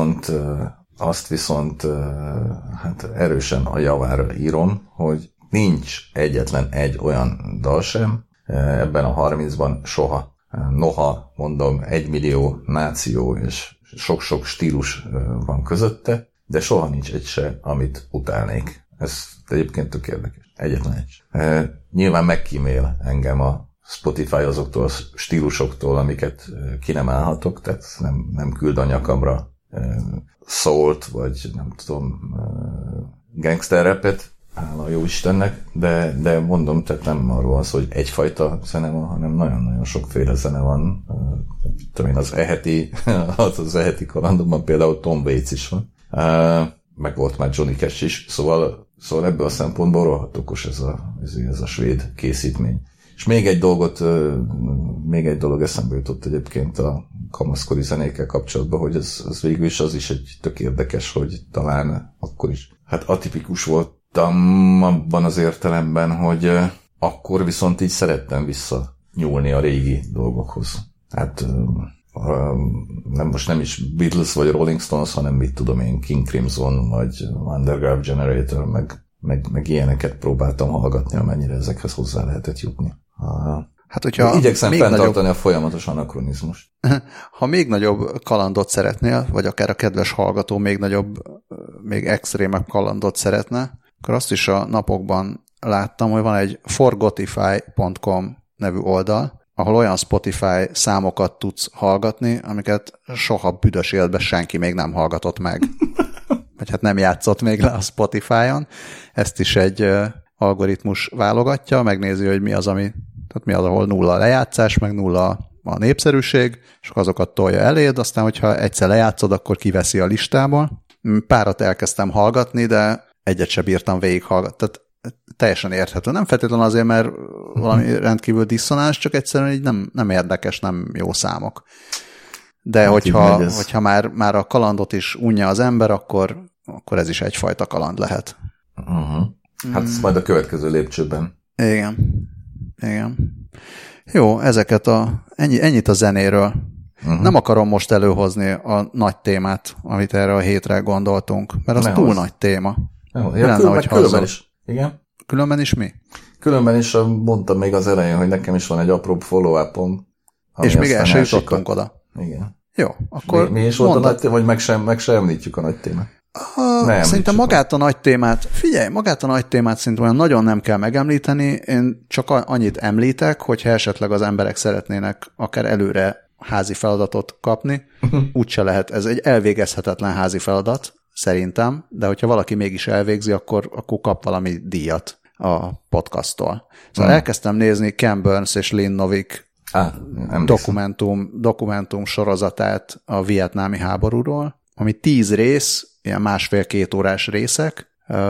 viszont hát erősen a javára írom, hogy nincs egyetlen egy olyan dal sem ebben a 30-ban soha. Noha, mondom, 1 millió náció és sok-sok stílus van közötte, de soha nincs egy se, amit utálnék. Ez egyébként tök érdekes. Egyetlen egy. Nyilván megkímél engem a Spotify azoktól a stílusoktól, amiket ki nem állhatok, tehát nem küld a nyakamra szólt, vagy nem tudom, gangster rapet, hála jó Istennek, de mondom, tehát nem arról van szó, hogy egyfajta zene van, hanem nagyon-nagyon sokféle zene van. Tudom én, az eheti kalandomban például Tom Waits is van, meg volt már Johnny Cash is, szóval ebből a szempontból rohadt okos ez a svéd készítmény. És még egy dolog eszembe jutott egyébként a kamaszkori zenékkel kapcsolatban, hogy ez végül is az is egy tök érdekes, hogy talán akkor is atipikus voltam abban az értelemben, hogy akkor viszont így szerettem visszanyúlni a régi dolgokhoz. Most nem is Beatles vagy Rolling Stones, hanem mit tudom én, King Crimson vagy Underground Generator, meg ilyeneket próbáltam hallgatni, amennyire ezekhez hozzá lehetett jutni. Hogyha igyekszem fenntartani a folyamatos anakronizmust. Ha még nagyobb kalandot szeretnél, vagy akár a kedves hallgató még extrémebb kalandot szeretne, akkor azt is a napokban láttam, hogy van egy forgotify.com nevű oldal, ahol olyan Spotify számokat tudsz hallgatni, amiket soha büdös életben senki még nem hallgatott meg. Vagy nem játszott még le a Spotify-on. Ezt is egy algoritmus válogatja, megnézi, hogy mi az, ahol nulla a lejátszás, meg nulla a népszerűség, és azokat tolja eléd, aztán, hogyha egyszer lejátszod, akkor kiveszi a listából. Párat elkezdtem hallgatni, de egyet sem bírtam végighallgatni. Tehát teljesen érthető. Nem feltétlenül azért, mert valami rendkívül diszonáns, csak egyszerűen így nem érdekes, nem jó számok. De hogyha már a kalandot is unja az ember, akkor ez is egyfajta kaland lehet. Hát ez majd a következő lépcsőben. Igen. Jó, ennyit a zenéről. Nem akarom most előhozni a nagy témát, amit erre a hétre gondoltunk, mert az túl nagy téma. Különben is. Igen? Különben is mi? Különben is mondtam még az elején, hogy nekem is van egy apró follow-upom. És még el sem jutottunk oda. Igen. Jó, akkor mi is volt a nagy téma, vagy meg sem említjük a nagy témát? Szerintem magát a nagy témát szerintem olyan nagyon nem kell megemlíteni, én csak annyit említek, hogyha esetleg az emberek szeretnének akár előre házi feladatot kapni, úgyse lehet, ez egy elvégezhetetlen házi feladat, szerintem, de hogyha valaki mégis elvégzi, akkor kap valami díjat a podcasttól. Szóval elkezdtem nézni Ken Burns és Lynn Novick dokumentum sorozatát a vietnámi háborúról, ami 10 rész, ilyen 1,5-2 órás részek,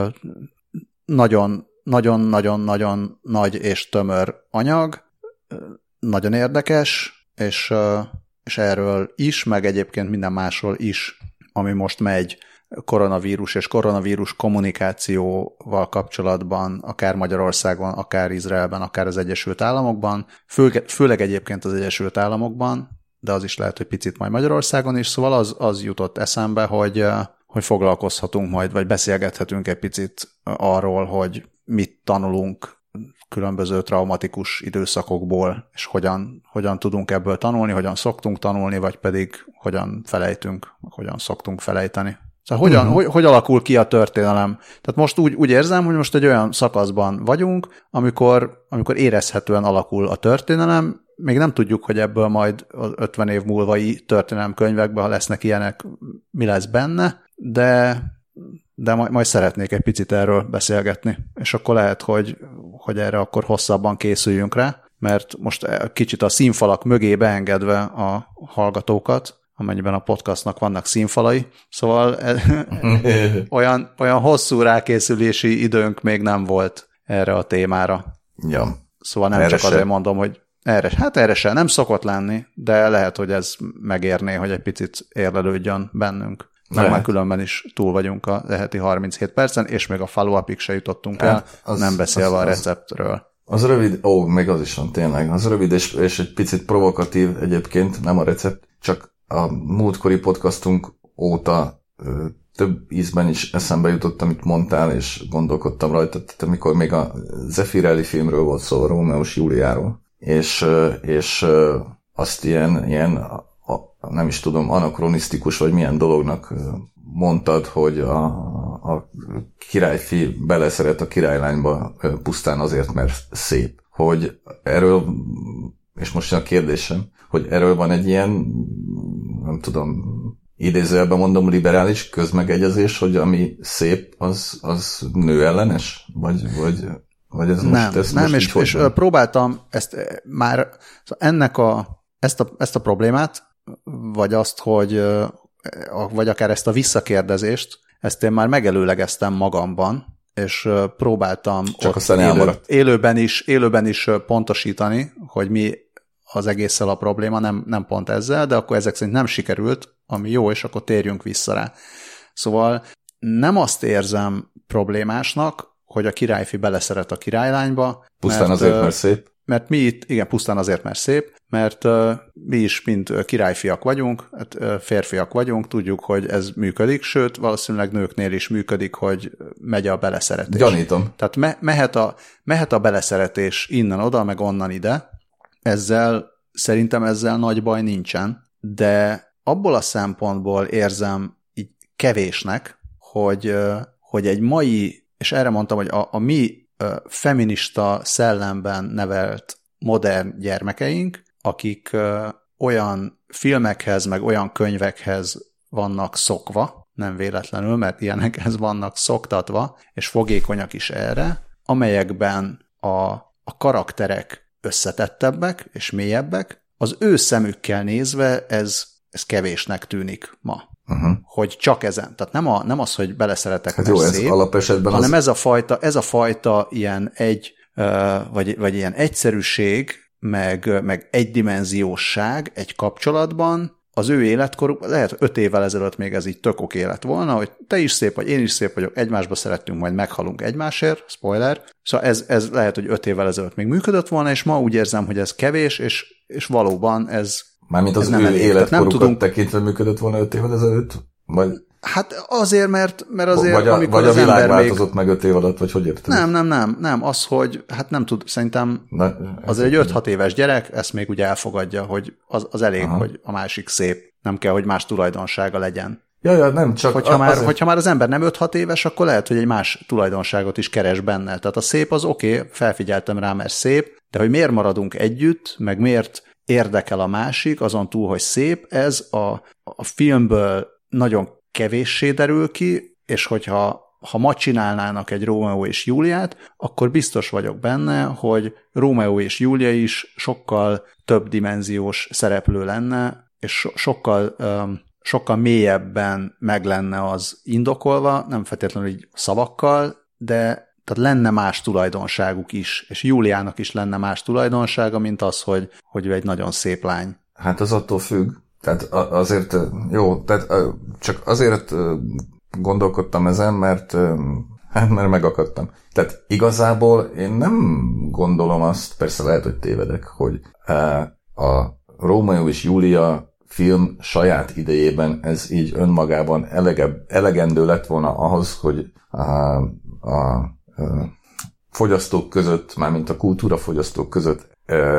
nagyon-nagyon-nagyon nagy és tömör anyag, nagyon érdekes, és erről is, meg egyébként minden másról is, ami most megy koronavírus és koronavírus kommunikációval kapcsolatban, akár Magyarországon, akár Izraelben, akár az Egyesült Államokban, főleg egyébként az Egyesült Államokban, de az is lehet, hogy picit majd Magyarországon is, szóval az jutott eszembe, hogy foglalkozhatunk majd, vagy beszélgethetünk egy picit arról, hogy mit tanulunk különböző traumatikus időszakokból, és hogyan tudunk ebből tanulni, hogyan szoktunk tanulni, vagy pedig hogyan felejtünk, hogyan szoktunk felejteni. Szóval hogy alakul ki a történelem? Tehát most úgy érzem, hogy most egy olyan szakaszban vagyunk, amikor érezhetően alakul a történelem, még nem tudjuk, hogy ebből majd 50 év múlvai történelemkönyvekben, ha lesznek ilyenek, mi lesz benne, de majd szeretnék egy picit erről beszélgetni, és akkor lehet, hogy erre akkor hosszabban készüljünk rá, mert most kicsit a színfalak mögé beengedve a hallgatókat, amennyiben a podcastnak vannak színfalai, szóval olyan hosszú rákészülési időnk még nem volt erre a témára. Ja. Szóval nem csak azért mondom, hogy erre sem nem szokott lenni, de lehet, hogy ez megérné, hogy egy picit érlelődjön bennünk. Már különben is túl vagyunk a heti 37 percen, és még a follow-upig se jutottunk el, nem beszélve a receptről. Az rövid, még az is van tényleg, az rövid és egy picit provokatív egyébként, nem a recept, csak a múltkori podcastunk óta több ízben is eszembe jutott, amit mondtál, és gondolkodtam rajta, tehát amikor még a Zeffirelli filmről volt szó, a Rómeó és Júliáról, és azt ilyen nem is tudom, anakronisztikus, vagy milyen dolognak mondtad, hogy a királyfi beleszeret a királylányba pusztán azért, mert szép. Hogy erről, és most a kérdésem, hogy erről van egy ilyen, nem tudom, idézőjelben mondom, liberális közmegegyezés, hogy ami szép, az nőellenes? Vagy ez nem, és próbáltam ezt már, ezt a problémát, vagy azt, vagy akár ezt a visszakérdezést, ezt én már megelőlegeztem magamban, és próbáltam csak ott élőben is pontosítani, hogy mi az egésszel a probléma, nem pont ezzel, de akkor ezek szerint nem sikerült, ami jó, és akkor térjünk vissza rá. Szóval nem azt érzem problémásnak, hogy a királyfi beleszeret a királylányba. Pusztán azért, mert szép. Mert mi itt, igen, pusztán azért, mert szép, mert mi is mind királyfiak vagyunk, férfiak vagyunk, tudjuk, hogy ez működik, sőt, valószínűleg nőknél is működik, hogy megy a beleszeretés. Gyanítom. Tehát mehet a beleszeretés innen oda, meg onnan ide. Szerintem ezzel nagy baj nincsen, de abból a szempontból érzem így kevésnek, hogy egy mai, és erre mondtam, hogy a mi feminista szellemben nevelt modern gyermekeink, akik olyan filmekhez, meg olyan könyvekhez vannak szokva, nem véletlenül, mert ilyenekhez vannak szoktatva, és fogékonyak is erre, amelyekben a karakterek összetettebbek és mélyebbek, az ő szemükkel nézve ez kevésnek tűnik ma. Hogy csak ezen. Tehát nem az, hogy beleszeretek, hát mert jó, szép, hanem ez a fajta ilyen vagy ilyen egyszerűség, meg egydimenziósság egy kapcsolatban, az ő életkoruk, lehet 5 évvel ezelőtt még ez így tök oké lett volna, hogy te is szép vagy, én is szép vagyok, egymásba szerettünk, majd meghalunk egymásért, spoiler. Szóval ez lehet, hogy 5 évvel ezelőtt még működött volna, és ma úgy érzem, hogy ez kevés, és valóban ez mármint az ő életkorukat tekintve működött volna 5 évvel ezelőtt? Vagy... Hát azért, mert azért, amikor vagy a világ változott meg 5 év alatt, vagy hogy érted? Nem, az, hogy hát nem tud, szerintem azért egy 5-6 éves gyerek ezt még úgy elfogadja, hogy az elég, hogy a másik szép, nem kell, hogy más tulajdonsága legyen. Ja, nem csak... Hogyha már az ember nem 5-6 éves, akkor lehet, hogy egy más tulajdonságot is keres benne. Tehát a szép az oké, felfigyeltem rá, mert szép, de hogy miért maradunk együtt, meg miért érdekel a másik, azon túl, hogy szép, ez a filmből nagyon kevéssé derül ki, és hogyha ma csinálnának egy Rómeó és Júliát, akkor biztos vagyok benne, hogy Rómeó és Júlia is sokkal több dimenziós szereplő lenne, és sokkal mélyebben meg lenne az indokolva, nem feltétlenül így szavakkal, de tehát lenne más tulajdonságuk is, és Júliának is lenne más tulajdonsága, mint az, hogy ő egy nagyon szép lány. Hát az attól függ. Tehát azért jó, tehát csak azért gondolkodtam ezen, mert megakadtam. Tehát igazából én nem gondolom azt, persze lehet, hogy tévedek, hogy a Rómeó és Júlia film saját idejében ez így önmagában elegendő lett volna ahhoz, hogy a fogyasztók között, mármint a kultúrafogyasztók között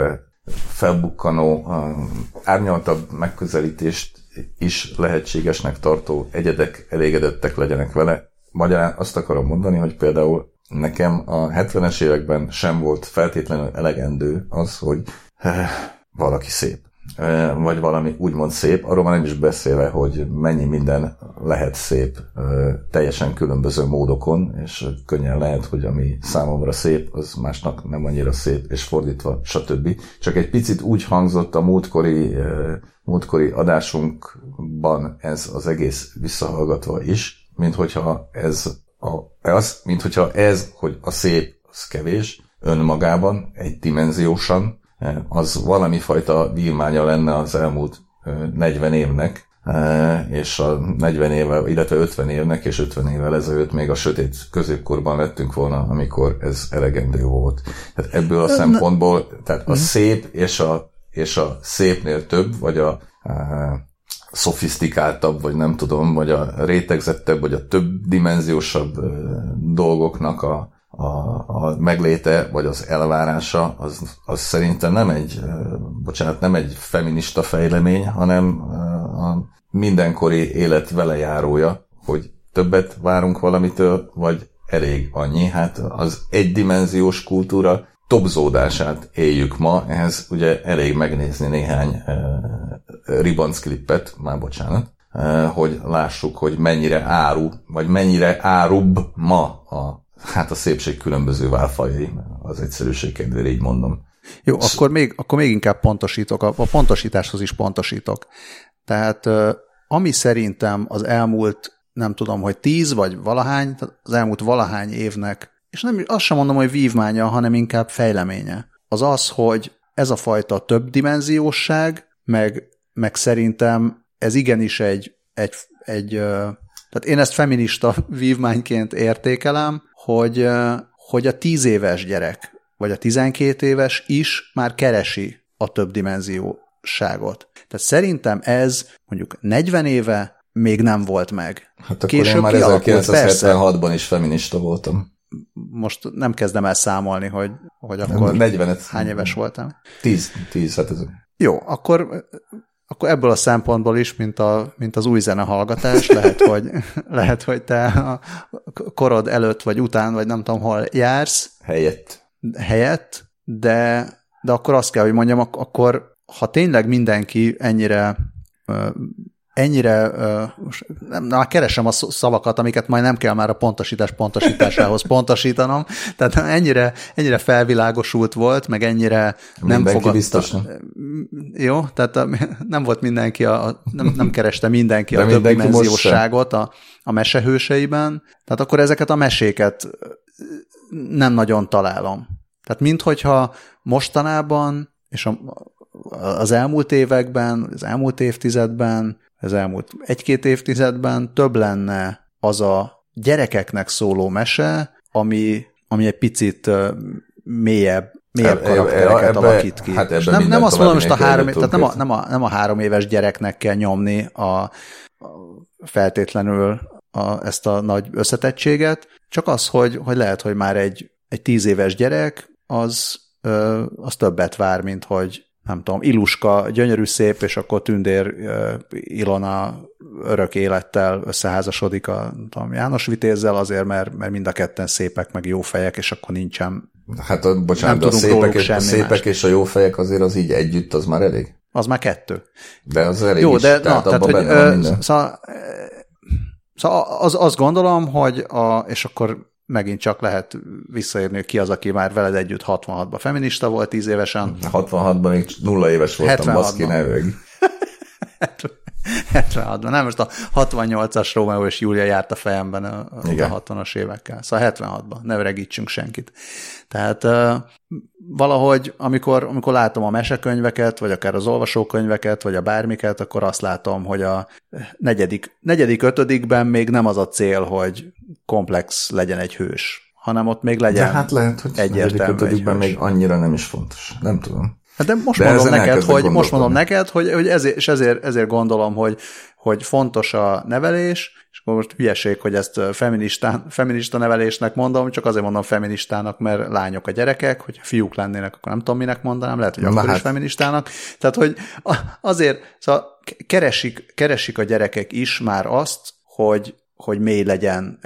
felbukkanó, árnyaltabb megközelítést is lehetségesnek tartó egyedek elégedettek legyenek vele. Magyarán azt akarom mondani, hogy például nekem a 70-es években sem volt feltétlenül elegendő az, hogy valaki szép. Vagy valami úgymond szép, arról már nem is beszélve, hogy mennyi minden lehet szép teljesen különböző módokon, és könnyen lehet, hogy ami számomra szép, az másnak nem annyira szép, és fordítva, stb. Csak egy picit úgy hangzott a múltkori adásunkban ez az egész visszahallgatva is, mint hogyha hogy a szép az kevés, önmagában, egydimenziósan, az valami fajta vívmánya lenne az elmúlt 40 évnek, és a 40 évvel, illetve 50 évnek, és 50 évvel ezelőtt még a sötét középkorban lettünk volna, amikor ez elegendő volt. Tehát ebből a szempontból, tehát a szép és a szépnél több, vagy a szofisztikáltabb, vagy nem tudom, vagy a rétegzettebb, vagy a több dimenziósabb dolgoknak a megléte, vagy az elvárása, az szerintem nem egy feminista fejlemény, hanem a mindenkori élet velejárója, hogy többet várunk valamitől, vagy elég annyi. Hát az egydimenziós kultúra tobzódását éljük ma, ehhez ugye elég megnézni néhány ribancklipet, már bocsánat, hogy lássuk, hogy mennyire áru, vagy mennyire árubb ma a szépség különböző válfajai, az egyszerűség kedvére így mondom. Jó, akkor még inkább pontosítok, a pontosításhoz is pontosítok. Tehát ami szerintem az elmúlt nem tudom, hogy 10 vagy valahány, az elmúlt valahány évnek, és nem, azt sem mondom, hogy vívmánya, hanem inkább fejleménye. Az az, hogy ez a fajta többdimenziósság, meg szerintem ez igenis tehát én ezt feminista vívmányként értékelem, hogy a 10 éves gyerek, vagy a 12 éves is már keresi a többdimenzióságot. Tehát szerintem ez mondjuk 40 éve még nem volt meg. Hát akkor később én már 1976-ban is feminista voltam. Most nem kezdem el számolni, hogy akkor 40 hány éves voltam. 10 hát ez... Jó, akkor ebből a szempontból is, mint az új zenehallgatás, lehet, hogy te a korod előtt, vagy után, vagy nem tudom, hol jársz. Helyett, de akkor azt kell, hogy mondjam, akkor ha tényleg mindenki ennyire már keresem a szavakat, amiket majd nem kell már a pontosításához pontosítanom, tehát ennyire felvilágosult volt, meg ennyire nem fogadta. Biztos nem. Jó, tehát nem volt mindenki, nem kereste mindenki a többdimenziósságot a mesehőseiben, tehát akkor ezeket a meséket nem nagyon találom. Tehát minthogyha mostanában, és az elmúlt években, az elmúlt évtizedben, az elmúlt 1-2 évtizedben több lenne az a gyerekeknek szóló mese, ami egy picit mélyebb karaktereket alakít ki. Hát nem azt mondom, most nem a 3 éves gyereknek kell nyomni feltétlenül ezt a nagy összetettséget, csak az, hogy lehet, hogy már egy 10 éves gyerek az többet vár, mint hogy nem tudom, Iluska gyönyörű szép, és akkor Tündér Ilona örök élettel összeházasodik a János Vitézzel azért, mert mind a ketten szépek, meg jó fejek, és akkor nincsen. Hát bocsánat, a szépek és a jó fejek azért az így együtt, az már elég? Az már 2. De az elég jó, is, de tehát abban benne van minden. Szóval azt gondolom, hogy és akkor megint csak lehet visszaírni, hogy ki az, aki már veled együtt 66-ban feminista volt 10 évesen. 66-ban még 0 éves voltam, baszki, ne ög. 76-ban. Nem, most a 68-as Rómeó és Júlia járt a fejemben a 60-as évekkel. Szóval 76-ban. Ne öregítsünk senkit. Tehát valahogy, amikor látom a mesekönyveket, vagy akár az olvasókönyveket, vagy a bármiket, akkor azt látom, hogy a negyedik, ötödikben még nem az a cél, hogy komplex legyen egy hős, hanem ott még legyen. De hát lehet, hogy egyértelmű egy hős. Még annyira nem is fontos. Nem tudom. Hát de most mondom neked, hogy ezért gondolom, hogy fontos a nevelés, és akkor most hülyeség, hogy ezt feminista nevelésnek mondom, csak azért mondom feministának, mert lányok a gyerekek, hogy fiúk lennének, akkor nem tudom, minek mondanám, lehet, hogy akkor is feministának. Tehát, hogy azért szóval keresik a gyerekek is már azt, hogy mély legyen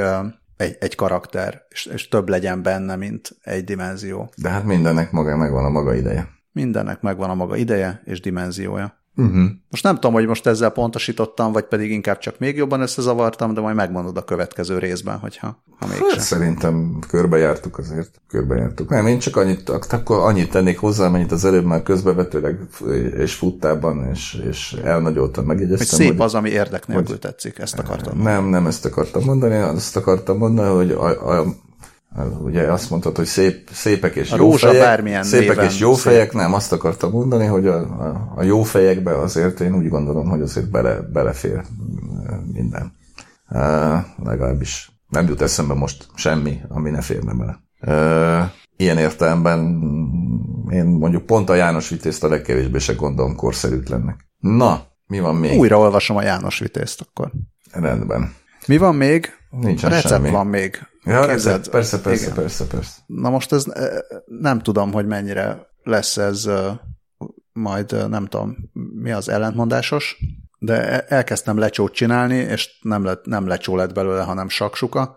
egy karakter, és több legyen benne, mint egy dimenzió. De hát mindennek megvan a maga ideje. Mindennek megvan a maga ideje és dimenziója. Most nem tudom, hogy most ezzel pontosítottam, vagy pedig inkább csak még jobban összezavartam, de majd megmondod a következő részben, ha mégsem. Hát szerintem körbejártuk. Nem, én csak annyit tennék hozzá, amennyit az előbb már közbevetőleg és futtában, és elnagyoltam, megjegyeztem. Hogy szép az, ami érdek nélkül tetszik, ezt akartam mondani. Nem ezt akartam mondani, azt akartam mondani, hogy ugye azt mondtad, hogy szépek és jó fejek. Szépek és jó fejek, nem, azt akartam mondani, hogy a jó fejekbe azért én úgy gondolom, hogy azért belefér minden. Legalábbis nem jut eszembe most semmi, ami ne férne bele. Ilyen értelemben én mondjuk pont a János Vitézt a legkevésbé se gondolom korszerűtlennek. Na, mi van még? Újra olvasom a János Vitézt akkor. Rendben. Mi van még? Nincsen recept semmi. Van még. Ja, recept, persze. Na most ez nem tudom, hogy mennyire lesz ez majd, nem tudom, mi az ellentmondásos, de elkezdtem lecsót csinálni, és nem lecsó lett belőle, hanem saksuka.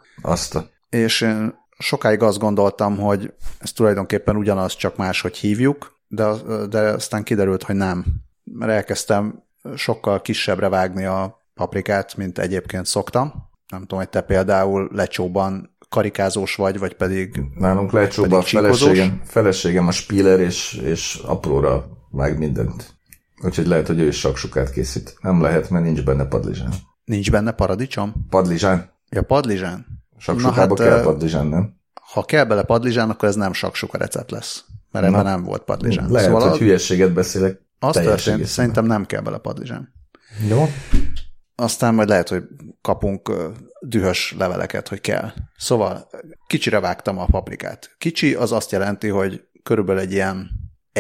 És én sokáig azt gondoltam, hogy ez tulajdonképpen ugyanaz, csak máshogy hívjuk, de aztán kiderült, hogy nem. Mert elkezdtem sokkal kisebbre vágni a paprikát, mint egyébként szoktam. Nem tudom, hogy te például lecsóban karikázós vagy pedig nálunk lecsóban feleségem a spíler, és apróra vág mindent. Úgyhogy lehet, hogy ő is saksukát készít. Nem lehet, mert nincs benne padlizsán. Nincs benne paradicsom? Padlizsán. Ja, padlizsán. Saksukába kell padlizsán, nem? Ha kell bele padlizsán, akkor ez nem saksuka recept lesz. Mert ebben nem volt padlizsán. Lehet, szóval hogy hülyességet beszélek. Az történt, szerintem nem kell bele padlizsán. Jó. Aztán majd lehet, hogy kapunk dühös leveleket, hogy kell. Szóval kicsire vágtam a paprikát. Kicsi az azt jelenti, hogy körülbelül egy ilyen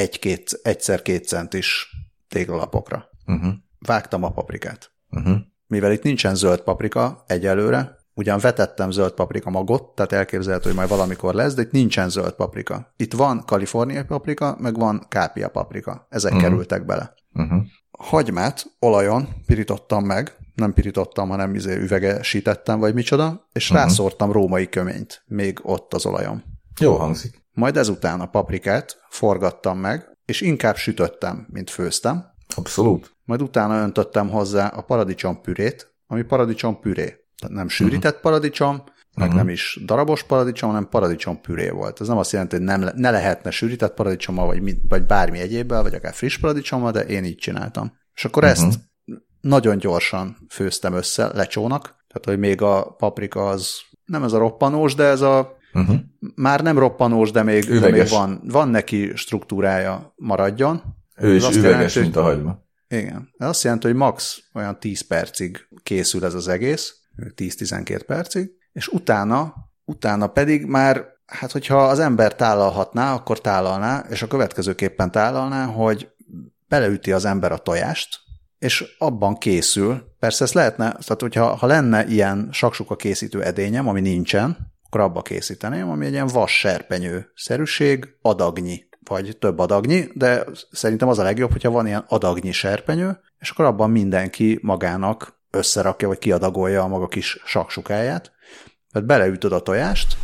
1x2 centis téglalapokra. Vágtam a paprikát. Mivel itt nincsen zöld paprika egyelőre, ugyan vetettem zöld paprika magot, tehát elképzelhető, hogy majd valamikor lesz, de itt nincsen zöld paprika. Itt van kaliforniai paprika, meg van kápia paprika. Ezek kerültek bele. Hagymát olajon pirítottam meg, nem pirítottam, hanem üvegesítettem, vagy micsoda, és rászórtam római köményt, még ott az olajon. Jó hangzik. Majd ezután a paprikát forgattam meg, és inkább sütöttem, mint főztem. Abszolút. Majd utána öntöttem hozzá a paradicsompürét, ami paradicsompüré. Tehát nem sűrített paradicsom, meg nem is darabos paradicsom, hanem paradicsompüré volt. Ez nem azt jelenti, hogy ne lehetne sűrített paradicsommal, vagy bármi egyébbel, vagy akár friss paradicsommal, de én így csináltam. És akkor ezt nagyon gyorsan főztem össze lecsónak, tehát hogy még a paprika az nem ez a roppanós, de ez a már nem roppanós, de még van neki struktúrája, maradjon. Ő is üveges, jelenti, mint a hagyma. Igen. Ez azt jelenti, hogy max. Olyan 10 percig készül ez az egész, 10-12 percig, és utána pedig már, hát hogyha az ember tálalhatná, akkor tálalná, és a következőképpen tálalná, hogy beleüti az ember a tojást, és abban készül. Persze ezt lehetne, tehát hogyha lenne ilyen saksuka készítő edényem, ami nincsen, akkor abba készíteném, ami egy ilyen vas serpenyő-szerűség, adagnyi, vagy több adagnyi, de szerintem az a legjobb, hogyha van ilyen adagnyi serpenyő, és akkor abban mindenki magának összerakja, vagy kiadagolja a maga kis saksukáját. Tehát beleütöd a tojást,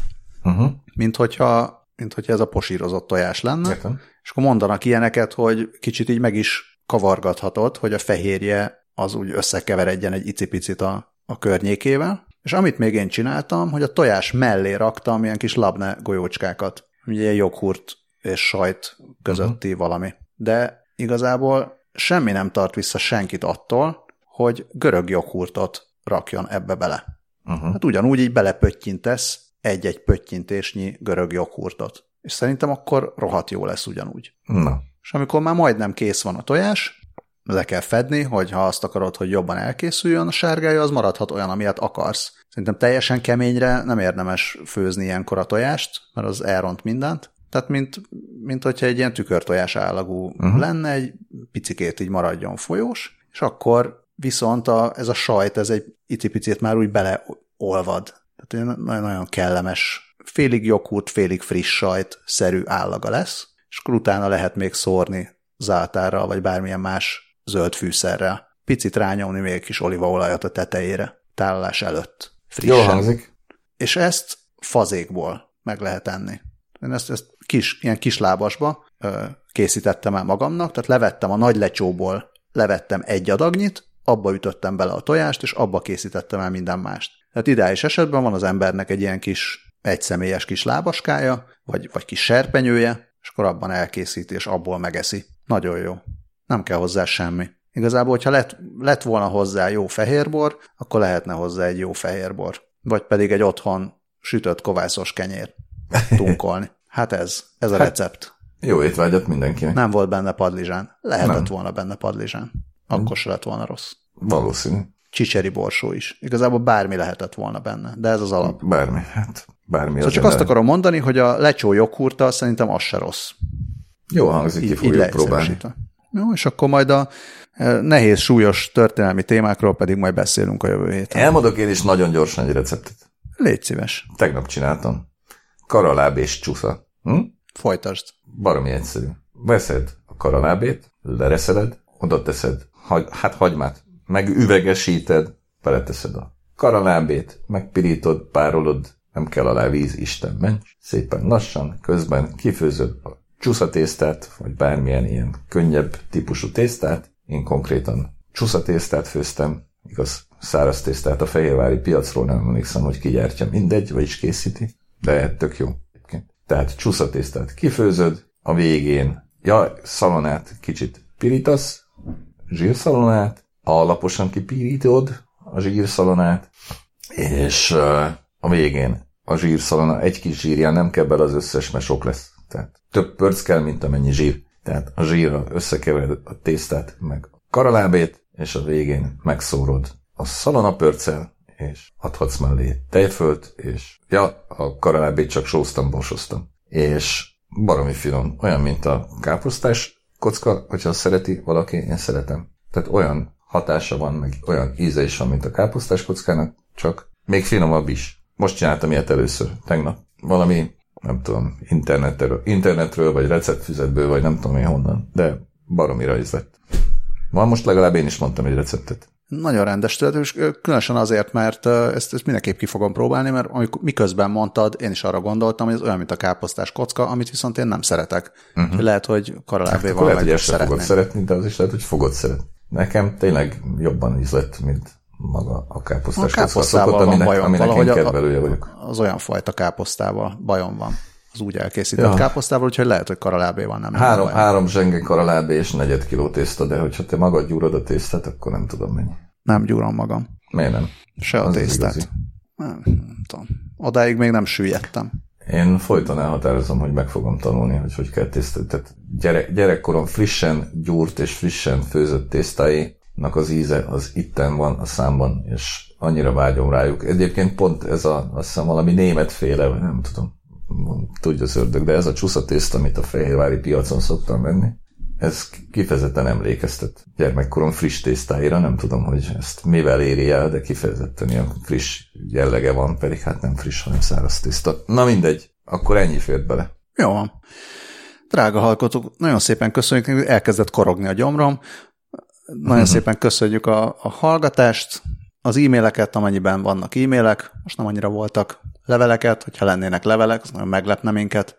mint hogyha ez a posírozott tojás lenne, és akkor mondanak ilyeneket, hogy kicsit így meg is kavargathatod, hogy a fehérje az úgy összekeveredjen egy icipicit a környékével. És amit még én csináltam, hogy a tojás mellé raktam ilyen kis labne golyócskákat, ugye joghurt és sajt közötti valami. De igazából semmi nem tart vissza senkit attól, hogy görög joghurtot rakjon ebbe bele. Hát ugyanúgy így belepöttyintesz egy-egy pöttyintésnyi görög joghurtot. És szerintem akkor rohadt jó lesz ugyanúgy. Na. És amikor már majdnem kész van a tojás, le kell fedni, hogy ha azt akarod, hogy jobban elkészüljön, a sárgája az maradhat olyan, amilyet akarsz. Szerintem teljesen keményre nem érdemes főzni ilyenkor a tojást, mert az elront mindent. Tehát mint hogyha egy ilyen tükörtojás állagú lenne, egy picikét így maradjon folyós, és akkor viszont ez a sajt, ez egy icipicit már úgy beleolvad. Tehát nagyon kellemes, félig joghurt, félig friss sajt-szerű állaga lesz, és akkor utána lehet még szórni záltárral, vagy bármilyen más zöld fűszerrel. Picit rányomni még kis olívaolajat a tetejére, tálalás előtt. Frissen. Jól hangzik. És ezt fazékból meg lehet enni. Én ezt ilyen kislábasba készítettem el magamnak, tehát levettem a nagy lecsóból, levettem egy adagnyit, abba ütöttem bele a tojást, és abba készítettem el minden mást. Tehát ideális esetben van az embernek egy ilyen kis egyszemélyes kis lábaskája, vagy kis serpenyője, és akkor abban elkészíti, és abból megeszi. Nagyon jó. Nem kell hozzá semmi. Igazából, hogyha lett volna hozzá jó fehérbor, akkor lehetne hozzá egy jó fehérbor. Vagy pedig egy otthon sütött kovászos kenyér tunkolni. Hát ez a recept. Jó étvágyat mindenkinek. Nem volt benne padlizsán. Lehetett volna benne padlizsán. Akkor se lett volna rossz. Valószínű. Csicseri borsó is. Igazából bármi lehetett volna benne, de ez az alap. Bármi. Szóval csak azt akarom mondani, hogy a lecsó joghurttal szerintem az se rossz. Jó hangzik, ki fogjuk próbálni. Jó, és akkor majd a nehéz, súlyos történelmi témákról pedig majd beszélünk a jövő héten. Elmondok én is nagyon gyorsan egy receptet. Légy szíves. Tegnap csináltam. Karaláb és csusza. Folytasd. Baromi egyszerű. Veszed a karalábét, lereszeled, oda teszed hagymát, meg üvegesíted, beleteszed a karalábét, megpirítod, párolod, nem kell alá víz, Isten ments, szépen lassan, közben kifőzöd a csuszatésztát, vagy bármilyen ilyen könnyebb típusú tésztát. Én konkrétan csuszatésztát főztem, igaz, száraz tésztát a fehérvári piacról, nem emlékszem, hogy ki gyártja, mindegy, vagyis készíti, de tök jó. Tehát csuszatésztát kifőzöd, a végén szalonát kicsit pirítasz, zsírszalonát, alaposan kipirítod a zsírszalonát, és a végén a zsírszalona egy kis zsírján nem kell bele az összes, mert sok lesz. Tehát több pörc kell, mint amennyi zsír. Tehát a zsírra összekevered a tésztát, meg a karalábét, és a végén megszórod a szalonapörccel, és adhatsz mellé tejfölt, és a karalábét csak sóztam, borsoztam. És baromi finom, olyan, mint a káposztás kocka, hogyha szereti valaki, én szeretem. Tehát olyan hatása van, meg olyan íze is van, mint a káposztás kockának, csak még finomabb is. Most csináltam ilyet először, tegnap. Valami, nem tudom, internetről, vagy receptfüzetből, vagy nem tudom én honnan, de baromira íz lett. Most legalább én is mondtam egy receptet. Nagyon rendes tőled, és különösen azért, mert ezt mindenképp ki fogom próbálni, mert miközben mondtad, én is arra gondoltam, hogy ez olyan, mint a káposztás kocka, amit viszont én nem szeretek. Lehet, hogy karalábéval lehet, hogy ezt szeretném. Fogod szeretni, de az is lehet, hogy fogod szeretni. Nekem tényleg jobban ízlett, mint maga a káposztás kocka szokott, aminek én kedvelője vagyok. Az olyan fajta káposztával bajom van. Az úgy elkészített káposztával, úgyhogy lehet, hogy karalábéval nem. Három zsenge karalábé és 4 kiló tészta, de hogyha te magad gyúrod a tésztát, akkor nem tudom mennyi. Nem gyúrom magam. Miért nem? Se a tésztát. Nem tudom. Odáig még nem süllyedtem. Én folyton elhatározom, hogy meg fogom tanulni, hogy kell tésztát. Tehát gyerekkorom frissen gyúrt és frissen főzött tésztáinak az íze az itten van a számban, és annyira vágyom rájuk. Egyébként pont ez azt hiszem valami németféle, nem tudom, tudja az ördög, de ez a csúszatészta, amit a fehérvári piacon szoktam venni, ez kifejezetten emlékeztet gyermekkorom friss tésztáira, nem tudom, hogy ezt mivel éri el, de kifejezetten ilyen friss jellege van, pedig hát nem friss, hanem száraz tészta. Na mindegy, akkor ennyi fért bele. Jó van. Drága hallgatók, nagyon szépen köszönjük, elkezdett korogni a gyomrom, nagyon szépen köszönjük a hallgatást, az e-maileket, amennyiben vannak e-mailek, most nem annyira voltak leveleket, hogyha lennének levelek, az nagyon meglepne minket,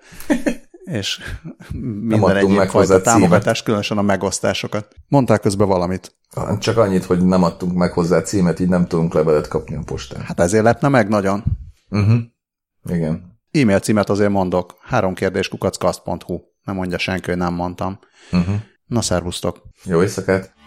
és minden egyéb fajta támogatást, különösen a megosztásokat. Mondták közben valamit. Csak annyit, hogy nem adtunk meg hozzá címet, így nem tudunk levelet kapni a postán. Hát ezért lepne meg nagyon. Igen. E-mail címet azért mondok, 3kérdés@kast.hu. Nem mondja senki, hogy nem mondtam. Na, szervusztok! Jó éjszakát!